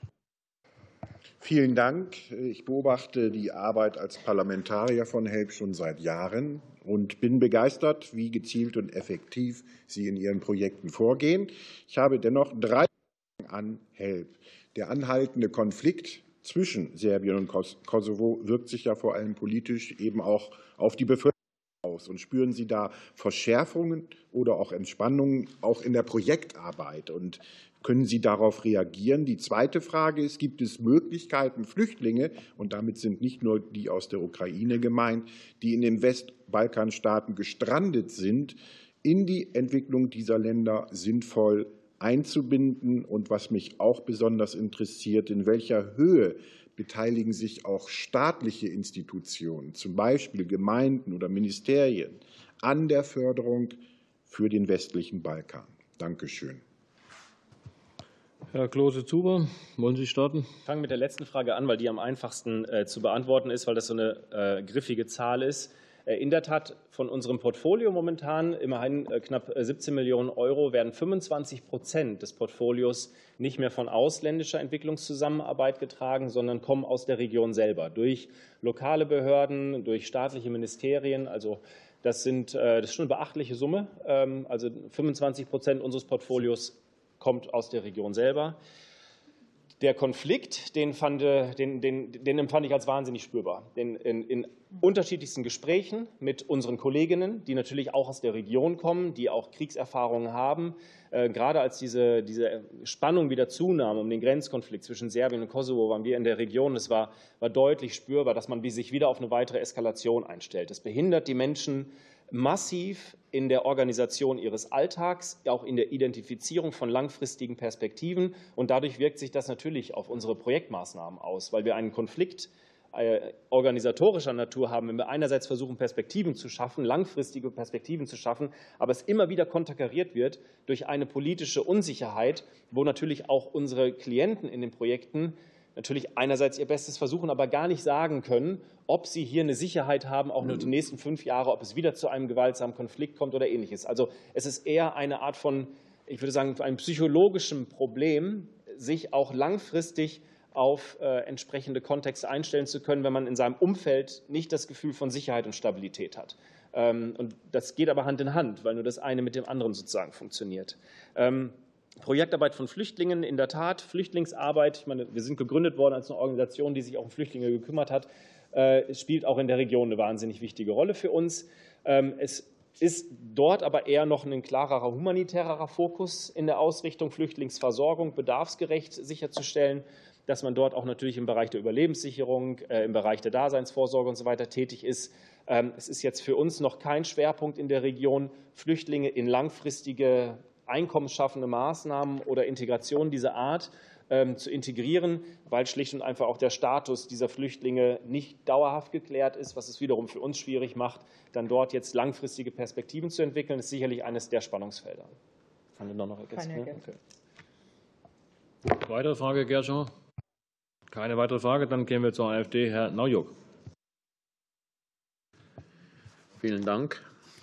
Speaker 10: Vielen Dank. Ich beobachte die Arbeit als Parlamentarier von HELP schon seit Jahren und bin begeistert, wie gezielt und effektiv Sie in Ihren Projekten vorgehen. Ich habe dennoch drei Fragen an HELP. Der anhaltende Konflikt zwischen Serbien und Kosovo wirkt sich ja vor allem politisch eben auch auf die Bevölkerung aus. Und spüren Sie da Verschärfungen oder auch Entspannungen auch in der Projektarbeit? Und können Sie darauf reagieren? Die zweite Frage ist, gibt es Möglichkeiten, Flüchtlinge, und damit sind nicht nur die aus der Ukraine gemeint, die in den Westbalkanstaaten gestrandet sind, in die Entwicklung dieser Länder sinnvoll einzubinden? Und was mich auch besonders interessiert, in welcher Höhe beteiligen sich auch staatliche Institutionen, zum Beispiel Gemeinden oder Ministerien, an der Förderung für den westlichen Balkan? Danke schön.
Speaker 1: Herr Klose-Zuber, wollen Sie starten?
Speaker 4: Ich fange mit der letzten Frage an, weil die am einfachsten äh, zu beantworten ist, weil das so eine äh, griffige Zahl ist. Äh, in der Tat, von unserem Portfolio momentan, immerhin äh, knapp siebzehn Millionen Euro, werden fünfundzwanzig Prozent des Portfolios nicht mehr von ausländischer Entwicklungszusammenarbeit getragen, sondern kommen aus der Region selber, durch lokale Behörden, durch staatliche Ministerien. Also das, sind, äh, das ist schon eine beachtliche Summe. Ähm, also fünfundzwanzig Prozent unseres Portfolios kommt aus der Region selber. Der Konflikt, den, fand, den, den, den empfand ich als wahnsinnig spürbar. Den, in, in unterschiedlichsten Gesprächen mit unseren Kolleginnen, die natürlich auch aus der Region kommen, die auch Kriegserfahrungen haben, äh, gerade als diese, diese Spannung wieder zunahm um den Grenzkonflikt zwischen Serbien und Kosovo, waren wir in der Region. Es war, war deutlich spürbar, dass man sich wieder auf eine weitere Eskalation einstellt. Das behindert die Menschen massiv in der Organisation ihres Alltags, auch in der Identifizierung von langfristigen Perspektiven. Und dadurch wirkt sich das natürlich auf unsere Projektmaßnahmen aus, weil wir einen Konflikt äh, organisatorischer Natur haben, wenn wir einerseits versuchen, Perspektiven zu schaffen, langfristige Perspektiven zu schaffen, aber es immer wieder konterkariert wird durch eine politische Unsicherheit, wo natürlich auch unsere Klienten in den Projekten natürlich einerseits ihr Bestes versuchen, aber gar nicht sagen können, ob sie hier eine Sicherheit haben, auch nur die nächsten fünf Jahre, ob es wieder zu einem gewaltsamen Konflikt kommt oder Ähnliches. Also es ist eher eine Art von, ich würde sagen, ein psychologischem Problem, sich auch langfristig auf äh, entsprechende Kontexte einstellen zu können, wenn man in seinem Umfeld nicht das Gefühl von Sicherheit und Stabilität hat. Ähm, und das geht aber Hand in Hand, weil nur das eine mit dem anderen sozusagen funktioniert. Ähm, Projektarbeit von Flüchtlingen, in der Tat, Flüchtlingsarbeit, ich meine, wir sind gegründet worden als eine Organisation, die sich auch um Flüchtlinge gekümmert hat. Es spielt auch in der Region eine wahnsinnig wichtige Rolle für uns. Es ist dort aber eher noch ein klarerer humanitärer Fokus in der Ausrichtung Flüchtlingsversorgung, bedarfsgerecht sicherzustellen, dass man dort auch natürlich im Bereich der Überlebenssicherung, im Bereich der Daseinsvorsorge und so weiter tätig ist. Es ist jetzt für uns noch kein Schwerpunkt in der Region, Flüchtlinge in langfristige einkommensschaffende Maßnahmen oder Integration dieser Art ähm, zu integrieren, weil schlicht und einfach auch der Status dieser Flüchtlinge nicht dauerhaft geklärt ist, was es wiederum für uns schwierig macht, dann dort jetzt langfristige Perspektiven zu entwickeln. Das ist sicherlich eines der Spannungsfelder. Haben wir noch noch ergänzt?
Speaker 5: Keine
Speaker 4: Okay.
Speaker 1: Weitere Frage, Gerschau? Keine weitere Frage. Dann gehen wir zur AfD. Herr Naujuk.
Speaker 11: Vielen Dank.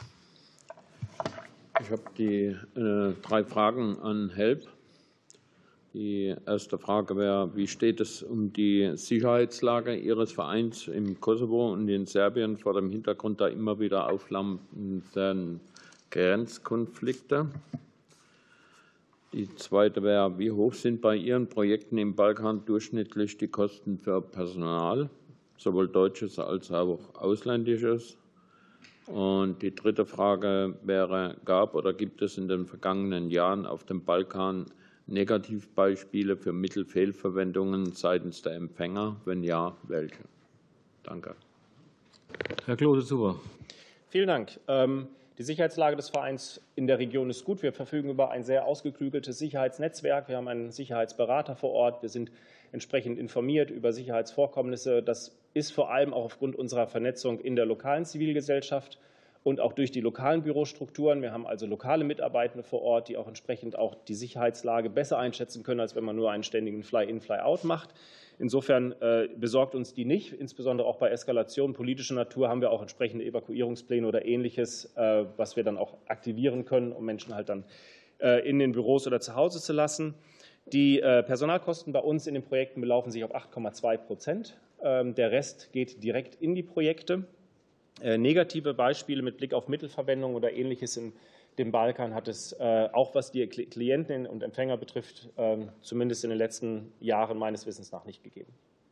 Speaker 11: Ich habe die äh, drei Fragen an HELP. Die erste Frage wäre, wie steht es um die Sicherheitslage Ihres Vereins im Kosovo und in Serbien vor dem Hintergrund der immer wieder aufflammenden Grenzkonflikte? Die zweite wäre, wie hoch sind bei Ihren Projekten im Balkan durchschnittlich die Kosten für Personal, sowohl deutsches als auch ausländisches? Und die dritte Frage wäre, gab oder gibt es in den vergangenen Jahren auf dem Balkan Negativbeispiele für Mittelfehlverwendungen seitens der Empfänger? Wenn ja, welche? Danke.
Speaker 1: Herr Klose-Zuber.
Speaker 4: Vielen Dank. Die Sicherheitslage des Vereins in der Region ist gut. Wir verfügen über ein sehr ausgeklügeltes Sicherheitsnetzwerk. Wir haben einen Sicherheitsberater vor Ort. Wir sind entsprechend informiert über Sicherheitsvorkommnisse. Das ist vor allem auch aufgrund unserer Vernetzung in der lokalen Zivilgesellschaft und auch durch die lokalen Bürostrukturen. Wir haben also lokale Mitarbeitende vor Ort, die auch entsprechend auch die Sicherheitslage besser einschätzen können, als wenn man nur einen ständigen Fly-in, Fly-out macht. Insofern äh, besorgt uns die nicht. Insbesondere auch bei Eskalation politischer Natur haben wir auch entsprechende Evakuierungspläne oder Ähnliches, äh, was wir dann auch aktivieren können, um Menschen halt dann äh, in den Büros oder zu Hause zu lassen. Die äh, Personalkosten bei uns in den Projekten belaufen sich auf acht Komma zwei Prozent. Ähm, der Rest geht direkt in die Projekte. Äh, negative Beispiele mit Blick auf Mittelverwendung oder Ähnliches in dem Balkan hat es äh, auch, was die Klienten und Empfänger betrifft, äh, zumindest in den letzten Jahren meines Wissens nach nicht gegeben.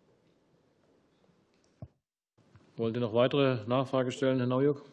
Speaker 1: Wollen Sie noch weitere Nachfrage stellen, Herr Naujuk?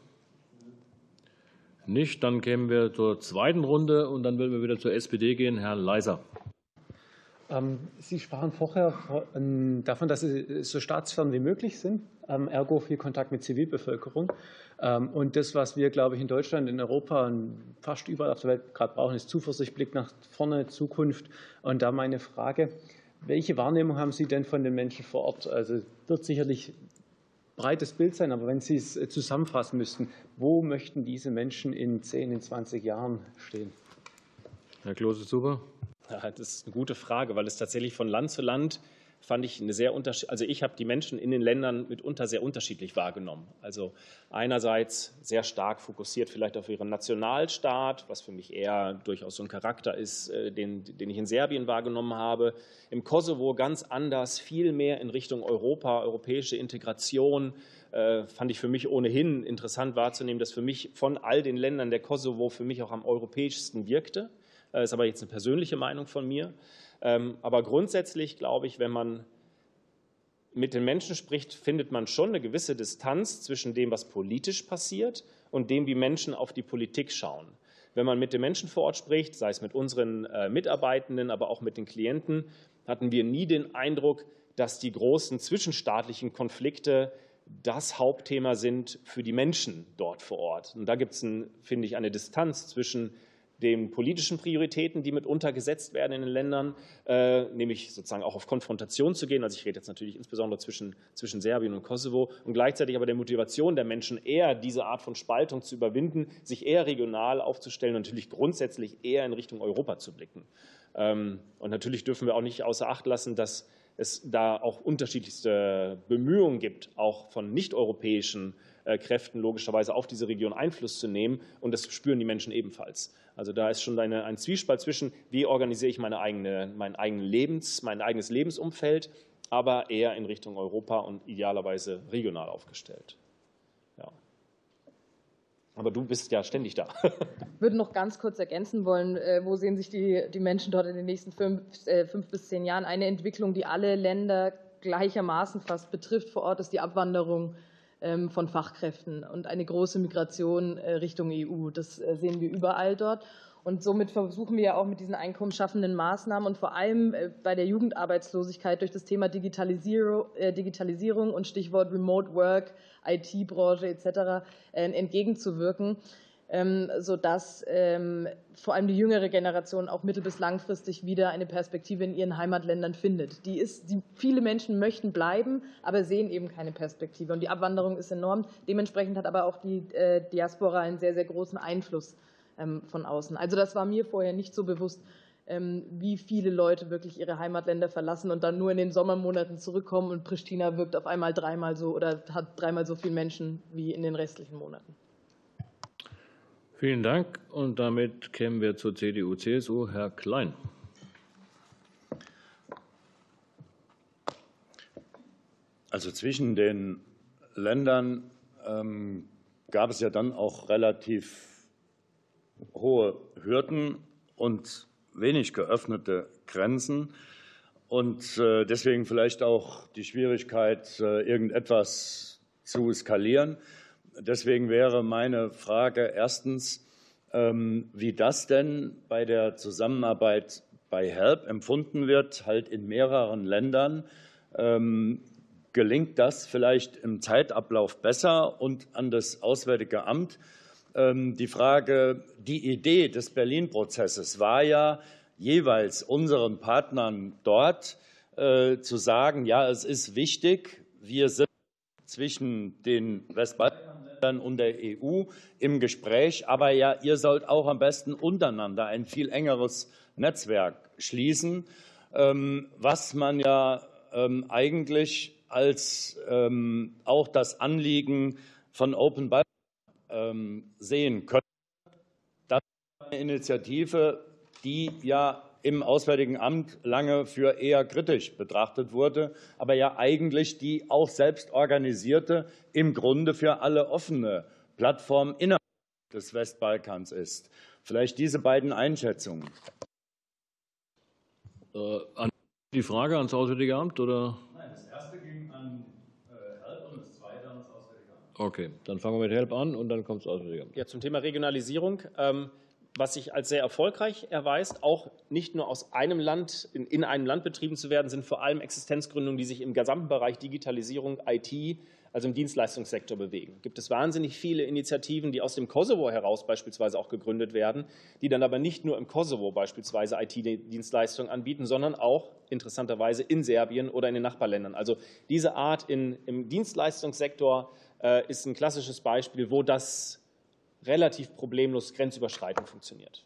Speaker 1: Nicht. Dann kämen wir zur zweiten Runde und dann würden wir wieder zur S P D gehen. Herr Leiser.
Speaker 6: Sie sprachen vorher davon, dass Sie so staatsfern wie möglich sind, ergo viel Kontakt mit Zivilbevölkerung. Und das, was wir, glaube ich, in Deutschland, in Europa und fast überall auf der Welt gerade brauchen, ist Zuversicht, Blick nach vorne, Zukunft. Und da meine Frage, welche Wahrnehmung haben Sie denn von den Menschen vor Ort? Also wird sicherlich ein breites Bild sein, aber wenn Sie es zusammenfassen müssten, wo möchten diese Menschen in zehn, in zwanzig Jahren stehen?
Speaker 1: Herr Klose-Zuber.
Speaker 4: Ja, das ist eine gute Frage, weil es tatsächlich von Land zu Land fand ich eine sehr unterschiedliche, also ich habe die Menschen in den Ländern mitunter sehr unterschiedlich wahrgenommen. Also einerseits sehr stark fokussiert vielleicht auf ihren Nationalstaat, was für mich eher durchaus so ein Charakter ist, den, den ich in Serbien wahrgenommen habe. Im Kosovo ganz anders, viel mehr in Richtung Europa, europäische Integration. Äh, fand ich für mich ohnehin interessant wahrzunehmen, dass für mich von all den Ländern der Kosovo für mich auch am europäischsten wirkte. Das ist aber jetzt eine persönliche Meinung von mir. Aber grundsätzlich glaube ich, wenn man mit den Menschen spricht, findet man schon eine gewisse Distanz zwischen dem, was politisch passiert, und dem, wie Menschen auf die Politik schauen. Wenn man mit den Menschen vor Ort spricht, sei es mit unseren Mitarbeitenden, aber auch mit den Klienten, hatten wir nie den Eindruck, dass die großen zwischenstaatlichen Konflikte das Hauptthema sind für die Menschen dort vor Ort. Und da gibt es, finde ich, eine Distanz zwischen den politischen Prioritäten, die mitunter gesetzt werden in den Ländern, äh, nämlich sozusagen auch auf Konfrontation zu gehen. Also ich rede jetzt natürlich insbesondere zwischen, zwischen Serbien und Kosovo, und gleichzeitig aber der Motivation der Menschen, eher diese Art von Spaltung zu überwinden, sich eher regional aufzustellen und natürlich grundsätzlich eher in Richtung Europa zu blicken. Ähm, und natürlich dürfen wir auch nicht außer Acht lassen, dass es da auch unterschiedlichste Bemühungen gibt, auch von nicht-europäischen Kräften logischerweise auf diese Region Einfluss zu nehmen. Und das spüren die Menschen ebenfalls. Also da ist schon eine, ein Zwiespalt zwischen, wie organisiere ich meine eigene, mein, eigenen Lebens, mein eigenes Lebensumfeld, aber eher in Richtung Europa und idealerweise regional aufgestellt. Ja. Aber du bist ja ständig da.
Speaker 5: Ich würde noch ganz kurz ergänzen wollen, wo sehen sich die, die Menschen dort in den nächsten fünf, äh, fünf bis zehn Jahren? Eine Entwicklung, die alle Länder gleichermaßen fast betrifft vor Ort, ist die Abwanderung ähm, von Fachkräften und eine große Migration äh, Richtung E U. Das äh, sehen wir überall dort. Und somit versuchen wir ja auch mit diesen einkommensschaffenden Maßnahmen und vor allem bei der Jugendarbeitslosigkeit durch das Thema Digitalisierung und Stichwort Remote Work, I T-Branche et cetera entgegenzuwirken, sodass vor allem die jüngere Generation auch mittel- bis langfristig wieder eine Perspektive in ihren Heimatländern findet. Die ist, die, viele Menschen möchten bleiben, aber sehen eben keine Perspektive. Und die Abwanderung ist enorm. Dementsprechend hat aber auch die Diaspora einen sehr, sehr großen Einfluss von außen. Also das war mir vorher nicht so bewusst, wie viele Leute wirklich ihre Heimatländer verlassen und dann nur in den Sommermonaten zurückkommen, und Pristina wirkt auf einmal dreimal so oder hat dreimal so viele Menschen wie in den restlichen Monaten.
Speaker 1: Vielen Dank. Und damit kämen wir zur C D U C S U. Herr Klein.
Speaker 8: Also zwischen den Ländern ähm, gab es ja dann auch relativ hohe Hürden und wenig geöffnete Grenzen und deswegen vielleicht auch die Schwierigkeit, irgendetwas zu skalieren. Deswegen wäre meine Frage erstens, wie das denn bei der Zusammenarbeit bei HELP empfunden wird, halt in mehreren Ländern. Gelingt das vielleicht im Zeitablauf besser? Und an das Auswärtige Amt die Frage, die Idee des Berlin-Prozesses war ja, jeweils unseren Partnern dort äh, zu sagen, ja, es ist wichtig, wir sind zwischen den Westbalkanländern und der E U im Gespräch, aber ja, ihr sollt auch am besten untereinander ein viel engeres Netzwerk schließen, ähm, was man ja ähm, eigentlich als ähm, auch das Anliegen von Open Balkan sehen können. Das ist eine Initiative, die ja im Auswärtigen Amt lange für eher kritisch betrachtet wurde, aber ja eigentlich die auch selbst organisierte, im Grunde für alle offene Plattform innerhalb des Westbalkans ist. Vielleicht diese beiden Einschätzungen.
Speaker 1: Äh, an die Frage ans Auswärtige Amt, oder?
Speaker 8: Nein, das erste ging an HELP und das zweite ans Auswärtige Amt.
Speaker 1: Okay, dann fangen wir mit HELP an und dann kommt das Auswärtige Amt.
Speaker 4: Ja, zum Thema Regionalisierung, ähm, was sich als sehr erfolgreich erweist, auch nicht nur aus einem Land, in, in einem Land betrieben zu werden, sind vor allem Existenzgründungen, die sich im gesamten Bereich Digitalisierung, I T, also im Dienstleistungssektor bewegen. Gibt es wahnsinnig viele Initiativen, die aus dem Kosovo heraus beispielsweise auch gegründet werden, die dann aber nicht nur im Kosovo beispielsweise I T-Dienstleistungen anbieten, sondern auch interessanterweise in Serbien oder in den Nachbarländern. Also diese Art in, im Dienstleistungssektor äh, ist ein klassisches Beispiel, wo das relativ problemlos grenzüberschreitend funktioniert.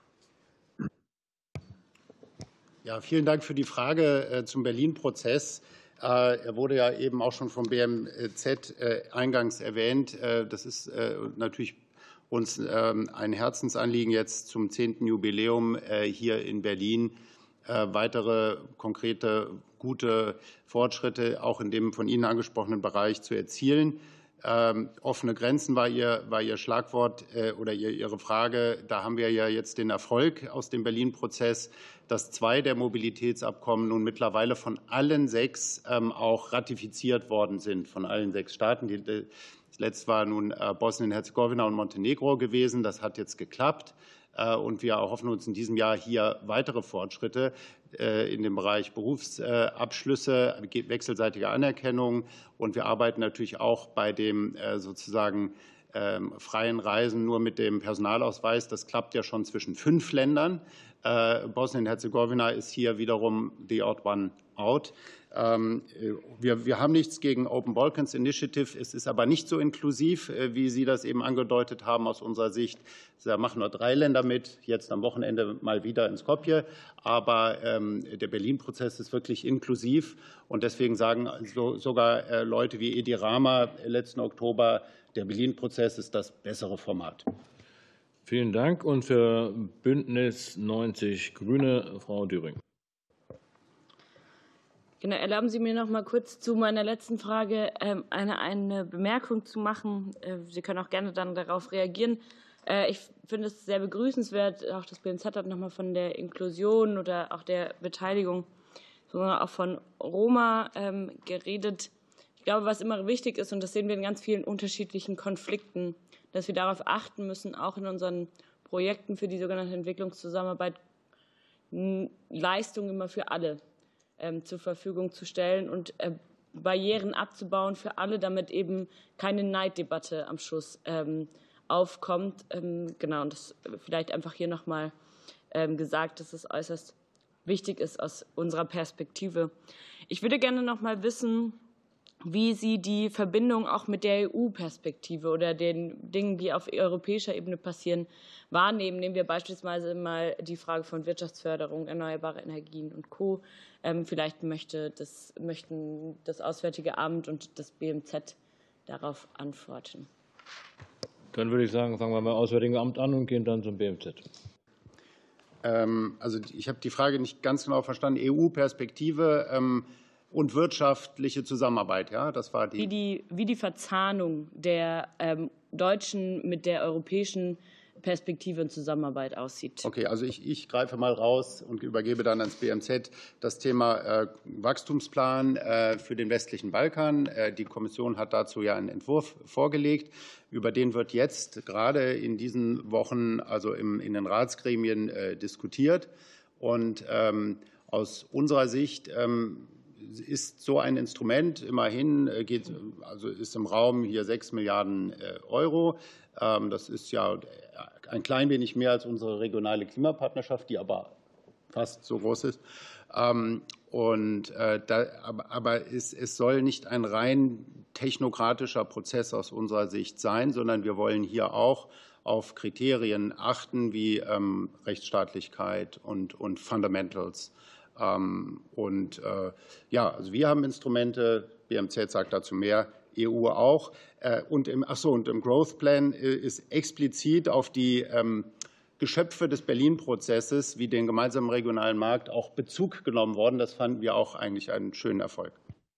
Speaker 3: Ja, vielen Dank für die Frage äh, zum Berlin-Prozess. Er wurde ja eben auch schon vom B M Z eingangs erwähnt. Das ist natürlich uns ein Herzensanliegen jetzt zum zehnten Jubiläum hier in Berlin, weitere konkrete, gute Fortschritte auch in dem von Ihnen angesprochenen Bereich zu erzielen. Ähm, offene Grenzen war Ihr, war Ihr Schlagwort äh, oder Ihr, Ihre Frage. Da haben wir ja jetzt den Erfolg aus dem Berlin-Prozess, dass zwei der Mobilitätsabkommen nun mittlerweile von allen sechs ähm, auch ratifiziert worden sind, von allen sechs Staaten. Die, das letzte war nun äh, Bosnien-Herzegowina und Montenegro gewesen. Das hat jetzt geklappt. Und wir erhoffen uns in diesem Jahr hier weitere Fortschritte in dem Bereich Berufsabschlüsse, wechselseitige Anerkennung. Und wir arbeiten natürlich auch bei dem sozusagen freien Reisen nur mit dem Personalausweis. Das klappt ja schon zwischen fünf Ländern. Bosnien-Herzegowina ist hier wiederum the odd one out. Wir, wir haben nichts gegen Open Balkans Initiative. Es ist aber nicht so inklusiv, wie Sie das eben angedeutet haben aus unserer Sicht. Da machen nur drei Länder mit, jetzt am Wochenende mal wieder in Skopje. Aber ähm, der Berlin-Prozess ist wirklich inklusiv. Und deswegen sagen so, sogar äh, Leute wie Edi Rama letzten Oktober, der Berlin-Prozess ist das bessere Format.
Speaker 1: Vielen Dank. Und für Bündnis neunzig Grüne, Frau Düring.
Speaker 9: Genau, erlauben Sie mir noch mal kurz zu meiner letzten Frage eine, eine Bemerkung zu machen. Sie können auch gerne dann darauf reagieren. Ich finde es sehr begrüßenswert, auch das B M Z hat noch mal von der Inklusion oder auch der Beteiligung, sondern auch von Roma ähm, geredet. Ich glaube, was immer wichtig ist, und das sehen wir in ganz vielen unterschiedlichen Konflikten, dass wir darauf achten müssen, auch in unseren Projekten für die sogenannte Entwicklungszusammenarbeit, Leistungen immer für alle zur Verfügung zu stellen und Barrieren abzubauen für alle, damit eben keine Neiddebatte am Schluss aufkommt. Genau, und das vielleicht einfach hier noch mal gesagt, dass es äußerst wichtig ist aus unserer Perspektive. Ich würde gerne noch mal wissen, wie Sie die Verbindung auch mit der E U-Perspektive oder den Dingen, die auf europäischer Ebene passieren, wahrnehmen. Nehmen wir beispielsweise mal die Frage von Wirtschaftsförderung, erneuerbare Energien und Co. Vielleicht möchte das, möchten das Auswärtige Amt und das B M Z darauf antworten.
Speaker 1: Dann würde ich sagen, fangen wir beim Auswärtigen Amt an und gehen dann zum B M Z.
Speaker 3: Also ich habe die Frage nicht ganz genau verstanden. E U-Perspektive und wirtschaftliche Zusammenarbeit, ja, das war die.
Speaker 9: Wie die, wie die Verzahnung der ähm, deutschen mit der europäischen Perspektive und Zusammenarbeit aussieht.
Speaker 3: Okay, also ich, ich greife mal raus und übergebe dann ans B M Z das Thema äh, Wachstumsplan äh, für den westlichen Balkan. Äh, die Kommission hat dazu ja einen Entwurf vorgelegt. Über den wird jetzt gerade in diesen Wochen, also im, in den Ratsgremien, äh, diskutiert. Und ähm, aus unserer Sicht ähm, ist so ein Instrument immerhin, geht, also ist im Raum hier sechs Milliarden Euro. Das ist ja ein klein wenig mehr als unsere regionale Klimapartnerschaft, die aber fast so groß ist. Und da, aber es, es soll nicht ein rein technokratischer Prozess aus unserer Sicht sein, sondern wir wollen hier auch auf Kriterien achten wie Rechtsstaatlichkeit und, und Fundamentals. Und äh, ja, also wir haben Instrumente, B M Z sagt dazu mehr, E U auch. Äh, und, im, ach so, und im Growth Plan ist explizit auf die ähm, Geschöpfe des Berlin-Prozesses wie den gemeinsamen regionalen Markt auch Bezug genommen worden. Das fanden wir auch eigentlich einen schönen Erfolg.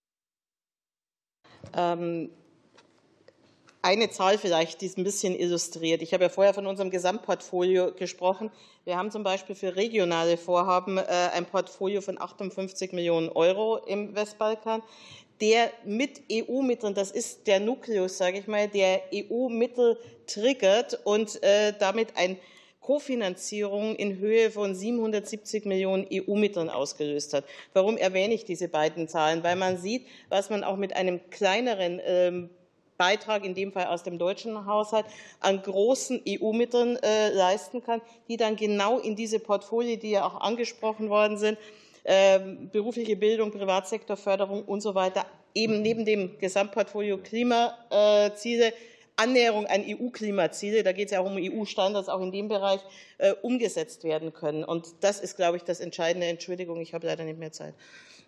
Speaker 2: Ähm Eine Zahl vielleicht, die es ein bisschen illustriert. Ich habe ja vorher von unserem Gesamtportfolio gesprochen. Wir haben zum Beispiel für regionale Vorhaben ein Portfolio von achtundfünfzig Millionen Euro im Westbalkan, der mit E U-Mitteln, das ist der Nukleus, sage ich mal, der E U-Mittel triggert und damit eine Kofinanzierung in Höhe von siebenhundertsiebzig Millionen E U-Mitteln ausgelöst hat. Warum erwähne ich diese beiden Zahlen? Weil man sieht, was man auch mit einem kleineren Beitrag, in dem Fall aus dem deutschen Haushalt, an großen E U-Mitteln äh, leisten kann, die dann genau in diese Portfolien, die ja auch angesprochen worden sind, äh, berufliche Bildung, Privatsektorförderung und so weiter, eben neben dem Gesamtportfolio Klimaziele, Annäherung an E U-Klimaziele, da geht es ja auch um E U-Standards, auch in dem Bereich äh, umgesetzt werden können. Und das ist, glaube ich, das Entscheidende. Entschuldigung, ich habe leider nicht mehr Zeit.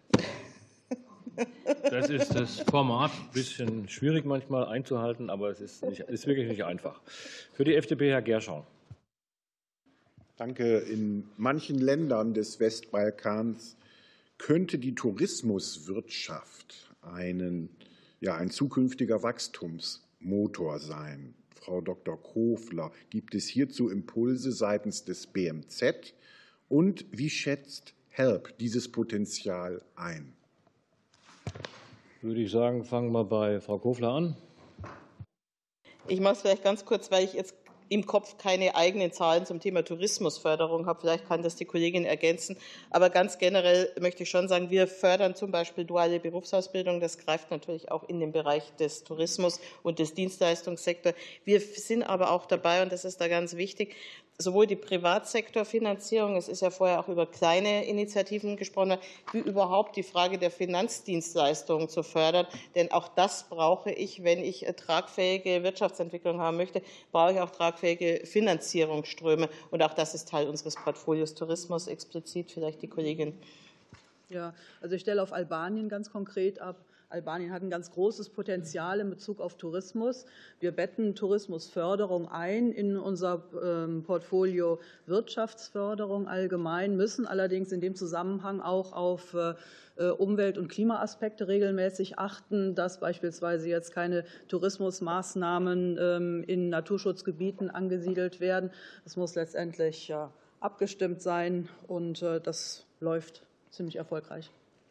Speaker 1: Das ist das Format ein bisschen schwierig manchmal einzuhalten, aber es ist, nicht, ist wirklich nicht einfach. Für die F D P Herr Gerschau.
Speaker 10: Danke. In manchen Ländern des Westbalkans könnte die Tourismuswirtschaft einen ja ein zukünftiger Wachstumsmotor sein. Frau Doktor Kofler, gibt es hierzu Impulse seitens des B M Z? Und wie schätzt HELP dieses Potenzial ein?
Speaker 1: Würde ich sagen, fangen wir bei Frau Kofler an.
Speaker 2: Ich mache es vielleicht ganz kurz, weil ich jetzt im Kopf keine eigenen Zahlen zum Thema Tourismusförderung habe. Vielleicht kann das die Kollegin ergänzen. Aber ganz generell möchte ich schon sagen, wir fördern zum Beispiel duale Berufsausbildung. Das greift natürlich auch in den Bereich des Tourismus und des Dienstleistungssektors. Wir sind aber auch dabei, und das ist da ganz wichtig, sowohl die Privatsektorfinanzierung, es ist ja vorher auch über kleine Initiativen gesprochen, wie überhaupt die Frage der Finanzdienstleistungen zu fördern. Denn auch das brauche ich, wenn ich tragfähige Wirtschaftsentwicklung haben möchte, brauche ich auch tragfähige Finanzierungsströme. Und auch das ist Teil unseres Portfolios Tourismus, explizit vielleicht die Kollegin.
Speaker 7: Ja, also ich stelle auf Albanien ganz konkret ab. Albanien hat ein ganz großes Potenzial in Bezug auf Tourismus. Wir betten Tourismusförderung ein in unser Portfolio Wirtschaftsförderung allgemein, müssen allerdings in dem Zusammenhang auch auf Umwelt- und Klimaaspekte regelmäßig achten, dass beispielsweise jetzt keine Tourismusmaßnahmen in Naturschutzgebieten angesiedelt werden. Das muss letztendlich abgestimmt sein, und das läuft ziemlich erfolgreich.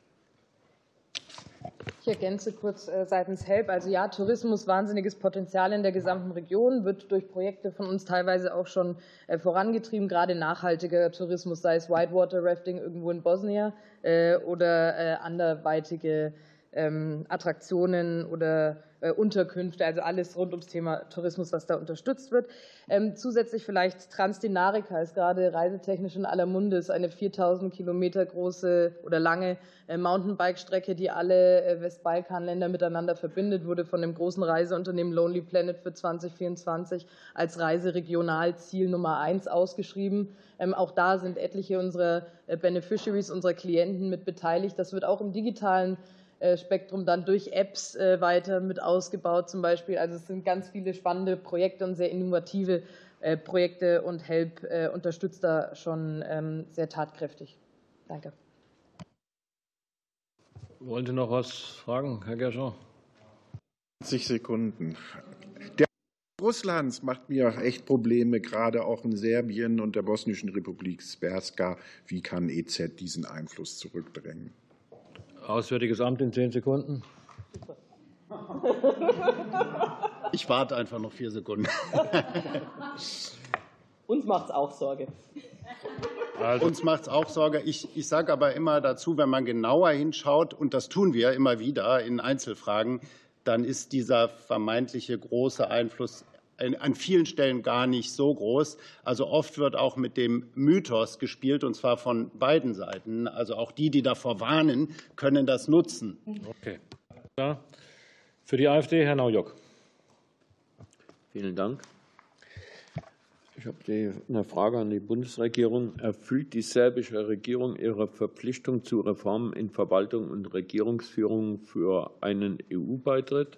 Speaker 5: Ich ergänze kurz äh, seitens HELP. Also ja, Tourismus, wahnsinniges Potenzial in der gesamten Region, wird durch Projekte von uns teilweise auch schon äh, vorangetrieben, gerade nachhaltiger Tourismus, sei es Whitewater Rafting irgendwo in Bosnien äh, oder äh, anderweitige ähm, Attraktionen oder äh, Unterkünfte, also alles rund ums Thema Tourismus, was da unterstützt wird. Ähm, zusätzlich vielleicht Transdinarica ist gerade reisetechnisch in aller Munde, ist eine viertausend Kilometer große oder lange äh, Mountainbike-Strecke, die alle äh, Westbalkanländer miteinander verbindet, wurde von dem großen Reiseunternehmen Lonely Planet für zwanzig vierundzwanzig als Reiseregionalziel Nummer eins ausgeschrieben. Ähm, auch da sind etliche unserer äh, Beneficiaries, unserer Klienten mit beteiligt. Das wird auch im digitalen Spektrum dann durch Apps weiter mit ausgebaut zum Beispiel. Also es sind ganz viele spannende Projekte und sehr innovative Projekte, und HELP unterstützt da schon sehr tatkräftig. Danke.
Speaker 1: Wollen Sie noch was fragen, Herr Gerschau?
Speaker 10: zwanzig Sekunden. Der Russlands macht mir echt Probleme, gerade auch in Serbien und der Bosnischen Republik Srpska. Wie kann E Z diesen Einfluss zurückdrängen?
Speaker 1: Auswärtiges Amt in zehn Sekunden.
Speaker 3: Ich warte einfach noch vier Sekunden.
Speaker 2: Uns macht es auch Sorge.
Speaker 3: Also. Uns macht es auch Sorge. Ich, ich sage aber immer dazu, wenn man genauer hinschaut, und das tun wir immer wieder in Einzelfragen, dann ist dieser vermeintliche große Einfluss an vielen Stellen gar nicht so groß. Also oft wird auch mit dem Mythos gespielt, und zwar von beiden Seiten. Also auch die, die davor warnen, können das nutzen.
Speaker 1: Okay. Ja. Für die AfD, Herr Naujock.
Speaker 11: Vielen Dank. Ich habe eine Frage an die Bundesregierung. Erfüllt die serbische Regierung ihre Verpflichtung zu Reformen in Verwaltung und Regierungsführung für einen E U-Beitritt?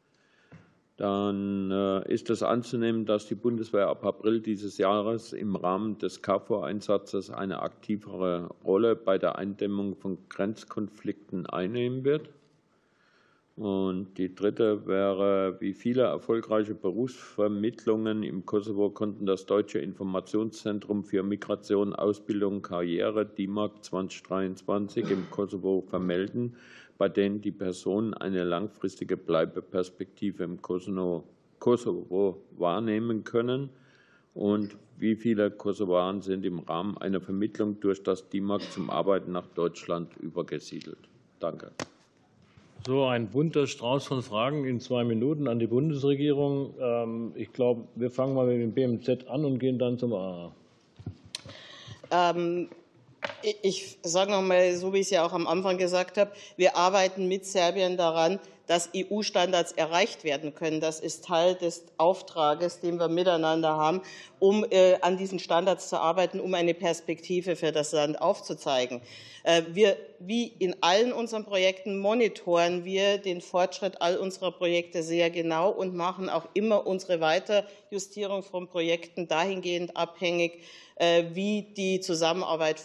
Speaker 11: Dann ist es anzunehmen, dass die Bundeswehr ab April dieses Jahres im Rahmen des KFOR-Einsatzes eine aktivere Rolle bei der Eindämmung von Grenzkonflikten einnehmen wird. Und die dritte wäre, wie viele erfolgreiche Berufsvermittlungen im Kosovo konnten das Deutsche Informationszentrum für Migration, Ausbildung, Karriere, D I M A G zwanzig dreiundzwanzig, im Kosovo vermelden, bei denen die Personen eine langfristige Bleibeperspektive im Kosovo wahrnehmen können? Und wie viele Kosovaren sind im Rahmen einer Vermittlung durch das D I M A G zum Arbeiten nach Deutschland übergesiedelt? Danke.
Speaker 1: So, ein bunter Strauß von Fragen in zwei Minuten an die Bundesregierung. Ich glaube, wir fangen mal mit dem B M Z an und gehen dann zum A A.
Speaker 2: Ähm Ich sage noch mal, so wie ich es ja auch am Anfang gesagt habe, wir arbeiten mit Serbien daran, dass E U-Standards erreicht werden können. Das ist Teil des Auftrages, den wir miteinander haben, um äh, an diesen Standards zu arbeiten, um eine Perspektive für das Land aufzuzeigen. Äh, wir, wie in allen unseren Projekten, monitoren wir den Fortschritt all unserer Projekte sehr genau und machen auch immer unsere Weiterjustierung von Projekten dahingehend abhängig, wie die Zusammenarbeit funktioniert.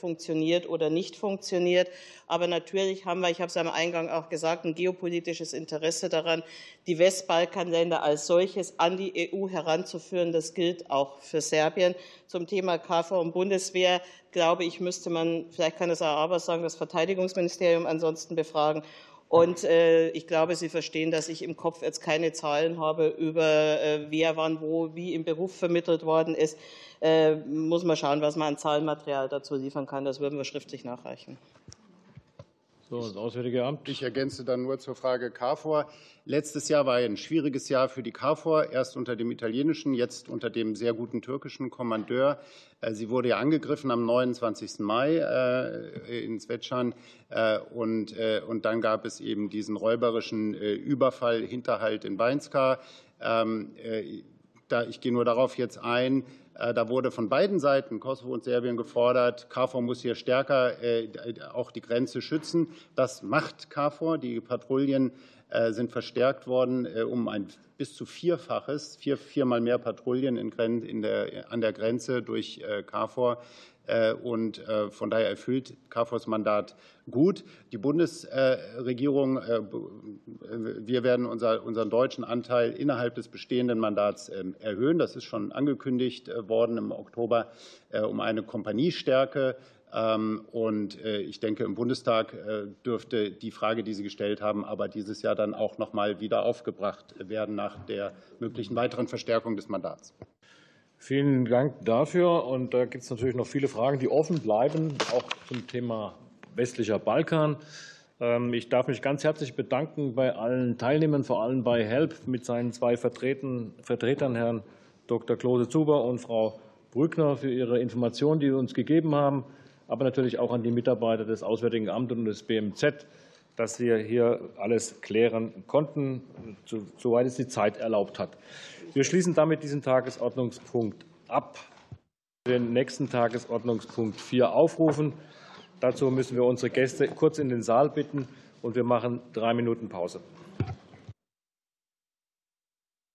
Speaker 2: funktioniert oder nicht funktioniert. Aber natürlich haben wir, ich habe es am Eingang auch gesagt, ein geopolitisches Interesse daran, die Westbalkanländer als solches an die E U heranzuführen. Das gilt auch für Serbien. Zum Thema K F O und Bundeswehr, glaube ich, müsste man, vielleicht kann es Herr Aber sagen, das Verteidigungsministerium ansonsten befragen. Und äh, ich glaube, Sie verstehen, dass ich im Kopf jetzt keine Zahlen habe über äh, wer, wann, wo, wie im Beruf vermittelt worden ist. Äh, muss man schauen, was man an Zahlenmaterial dazu liefern kann. Das würden wir schriftlich nachreichen.
Speaker 1: So, das Auswärtige Amt.
Speaker 3: Ich ergänze dann nur zur Frage K F O R. Letztes Jahr war ein schwieriges Jahr für die K F O R, erst unter dem italienischen, jetzt unter dem sehr guten türkischen Kommandeur. Sie wurde ja angegriffen am neunundzwanzigsten Mai in Zvečan, und, und dann gab es eben diesen räuberischen Überfall, Hinterhalt in Banjska. Ich gehe nur darauf jetzt ein. Da wurde von beiden Seiten, Kosovo und Serbien, gefordert, K F O R muss hier stärker auch die Grenze schützen. Das macht K F O R. Die Patrouillen sind verstärkt worden um ein bis zu Vierfaches, vier, viermal mehr Patrouillen in, in der, an der Grenze durch K F O R. Und von daher erfüllt K F O Rs Mandat gut. Die Bundesregierung, wir werden unser, unseren deutschen Anteil innerhalb des bestehenden Mandats erhöhen. Das ist schon angekündigt worden im Oktober um eine Kompaniestärke. Und ich denke, im Bundestag dürfte die Frage, die Sie gestellt haben, aber dieses Jahr dann auch noch mal wieder aufgebracht werden nach der möglichen weiteren Verstärkung des Mandats.
Speaker 1: Vielen Dank dafür. Und da gibt es natürlich noch viele Fragen, die offen bleiben, auch zum Thema westlicher Balkan. Ich darf mich ganz herzlich bedanken bei allen Teilnehmern, vor allem bei HELP mit seinen zwei Vertretern, Herrn Doktor Klose-Zuber und Frau Brückner, für ihre Informationen, die sie uns gegeben haben, aber natürlich auch an die Mitarbeiter des Auswärtigen Amtes und des B M Z, dass wir hier alles klären konnten, soweit es die Zeit erlaubt hat. Wir schließen damit diesen Tagesordnungspunkt ab. Den nächsten Tagesordnungspunkt vier aufrufen. Dazu müssen wir unsere Gäste kurz in den Saal bitten, und wir machen drei Minuten Pause.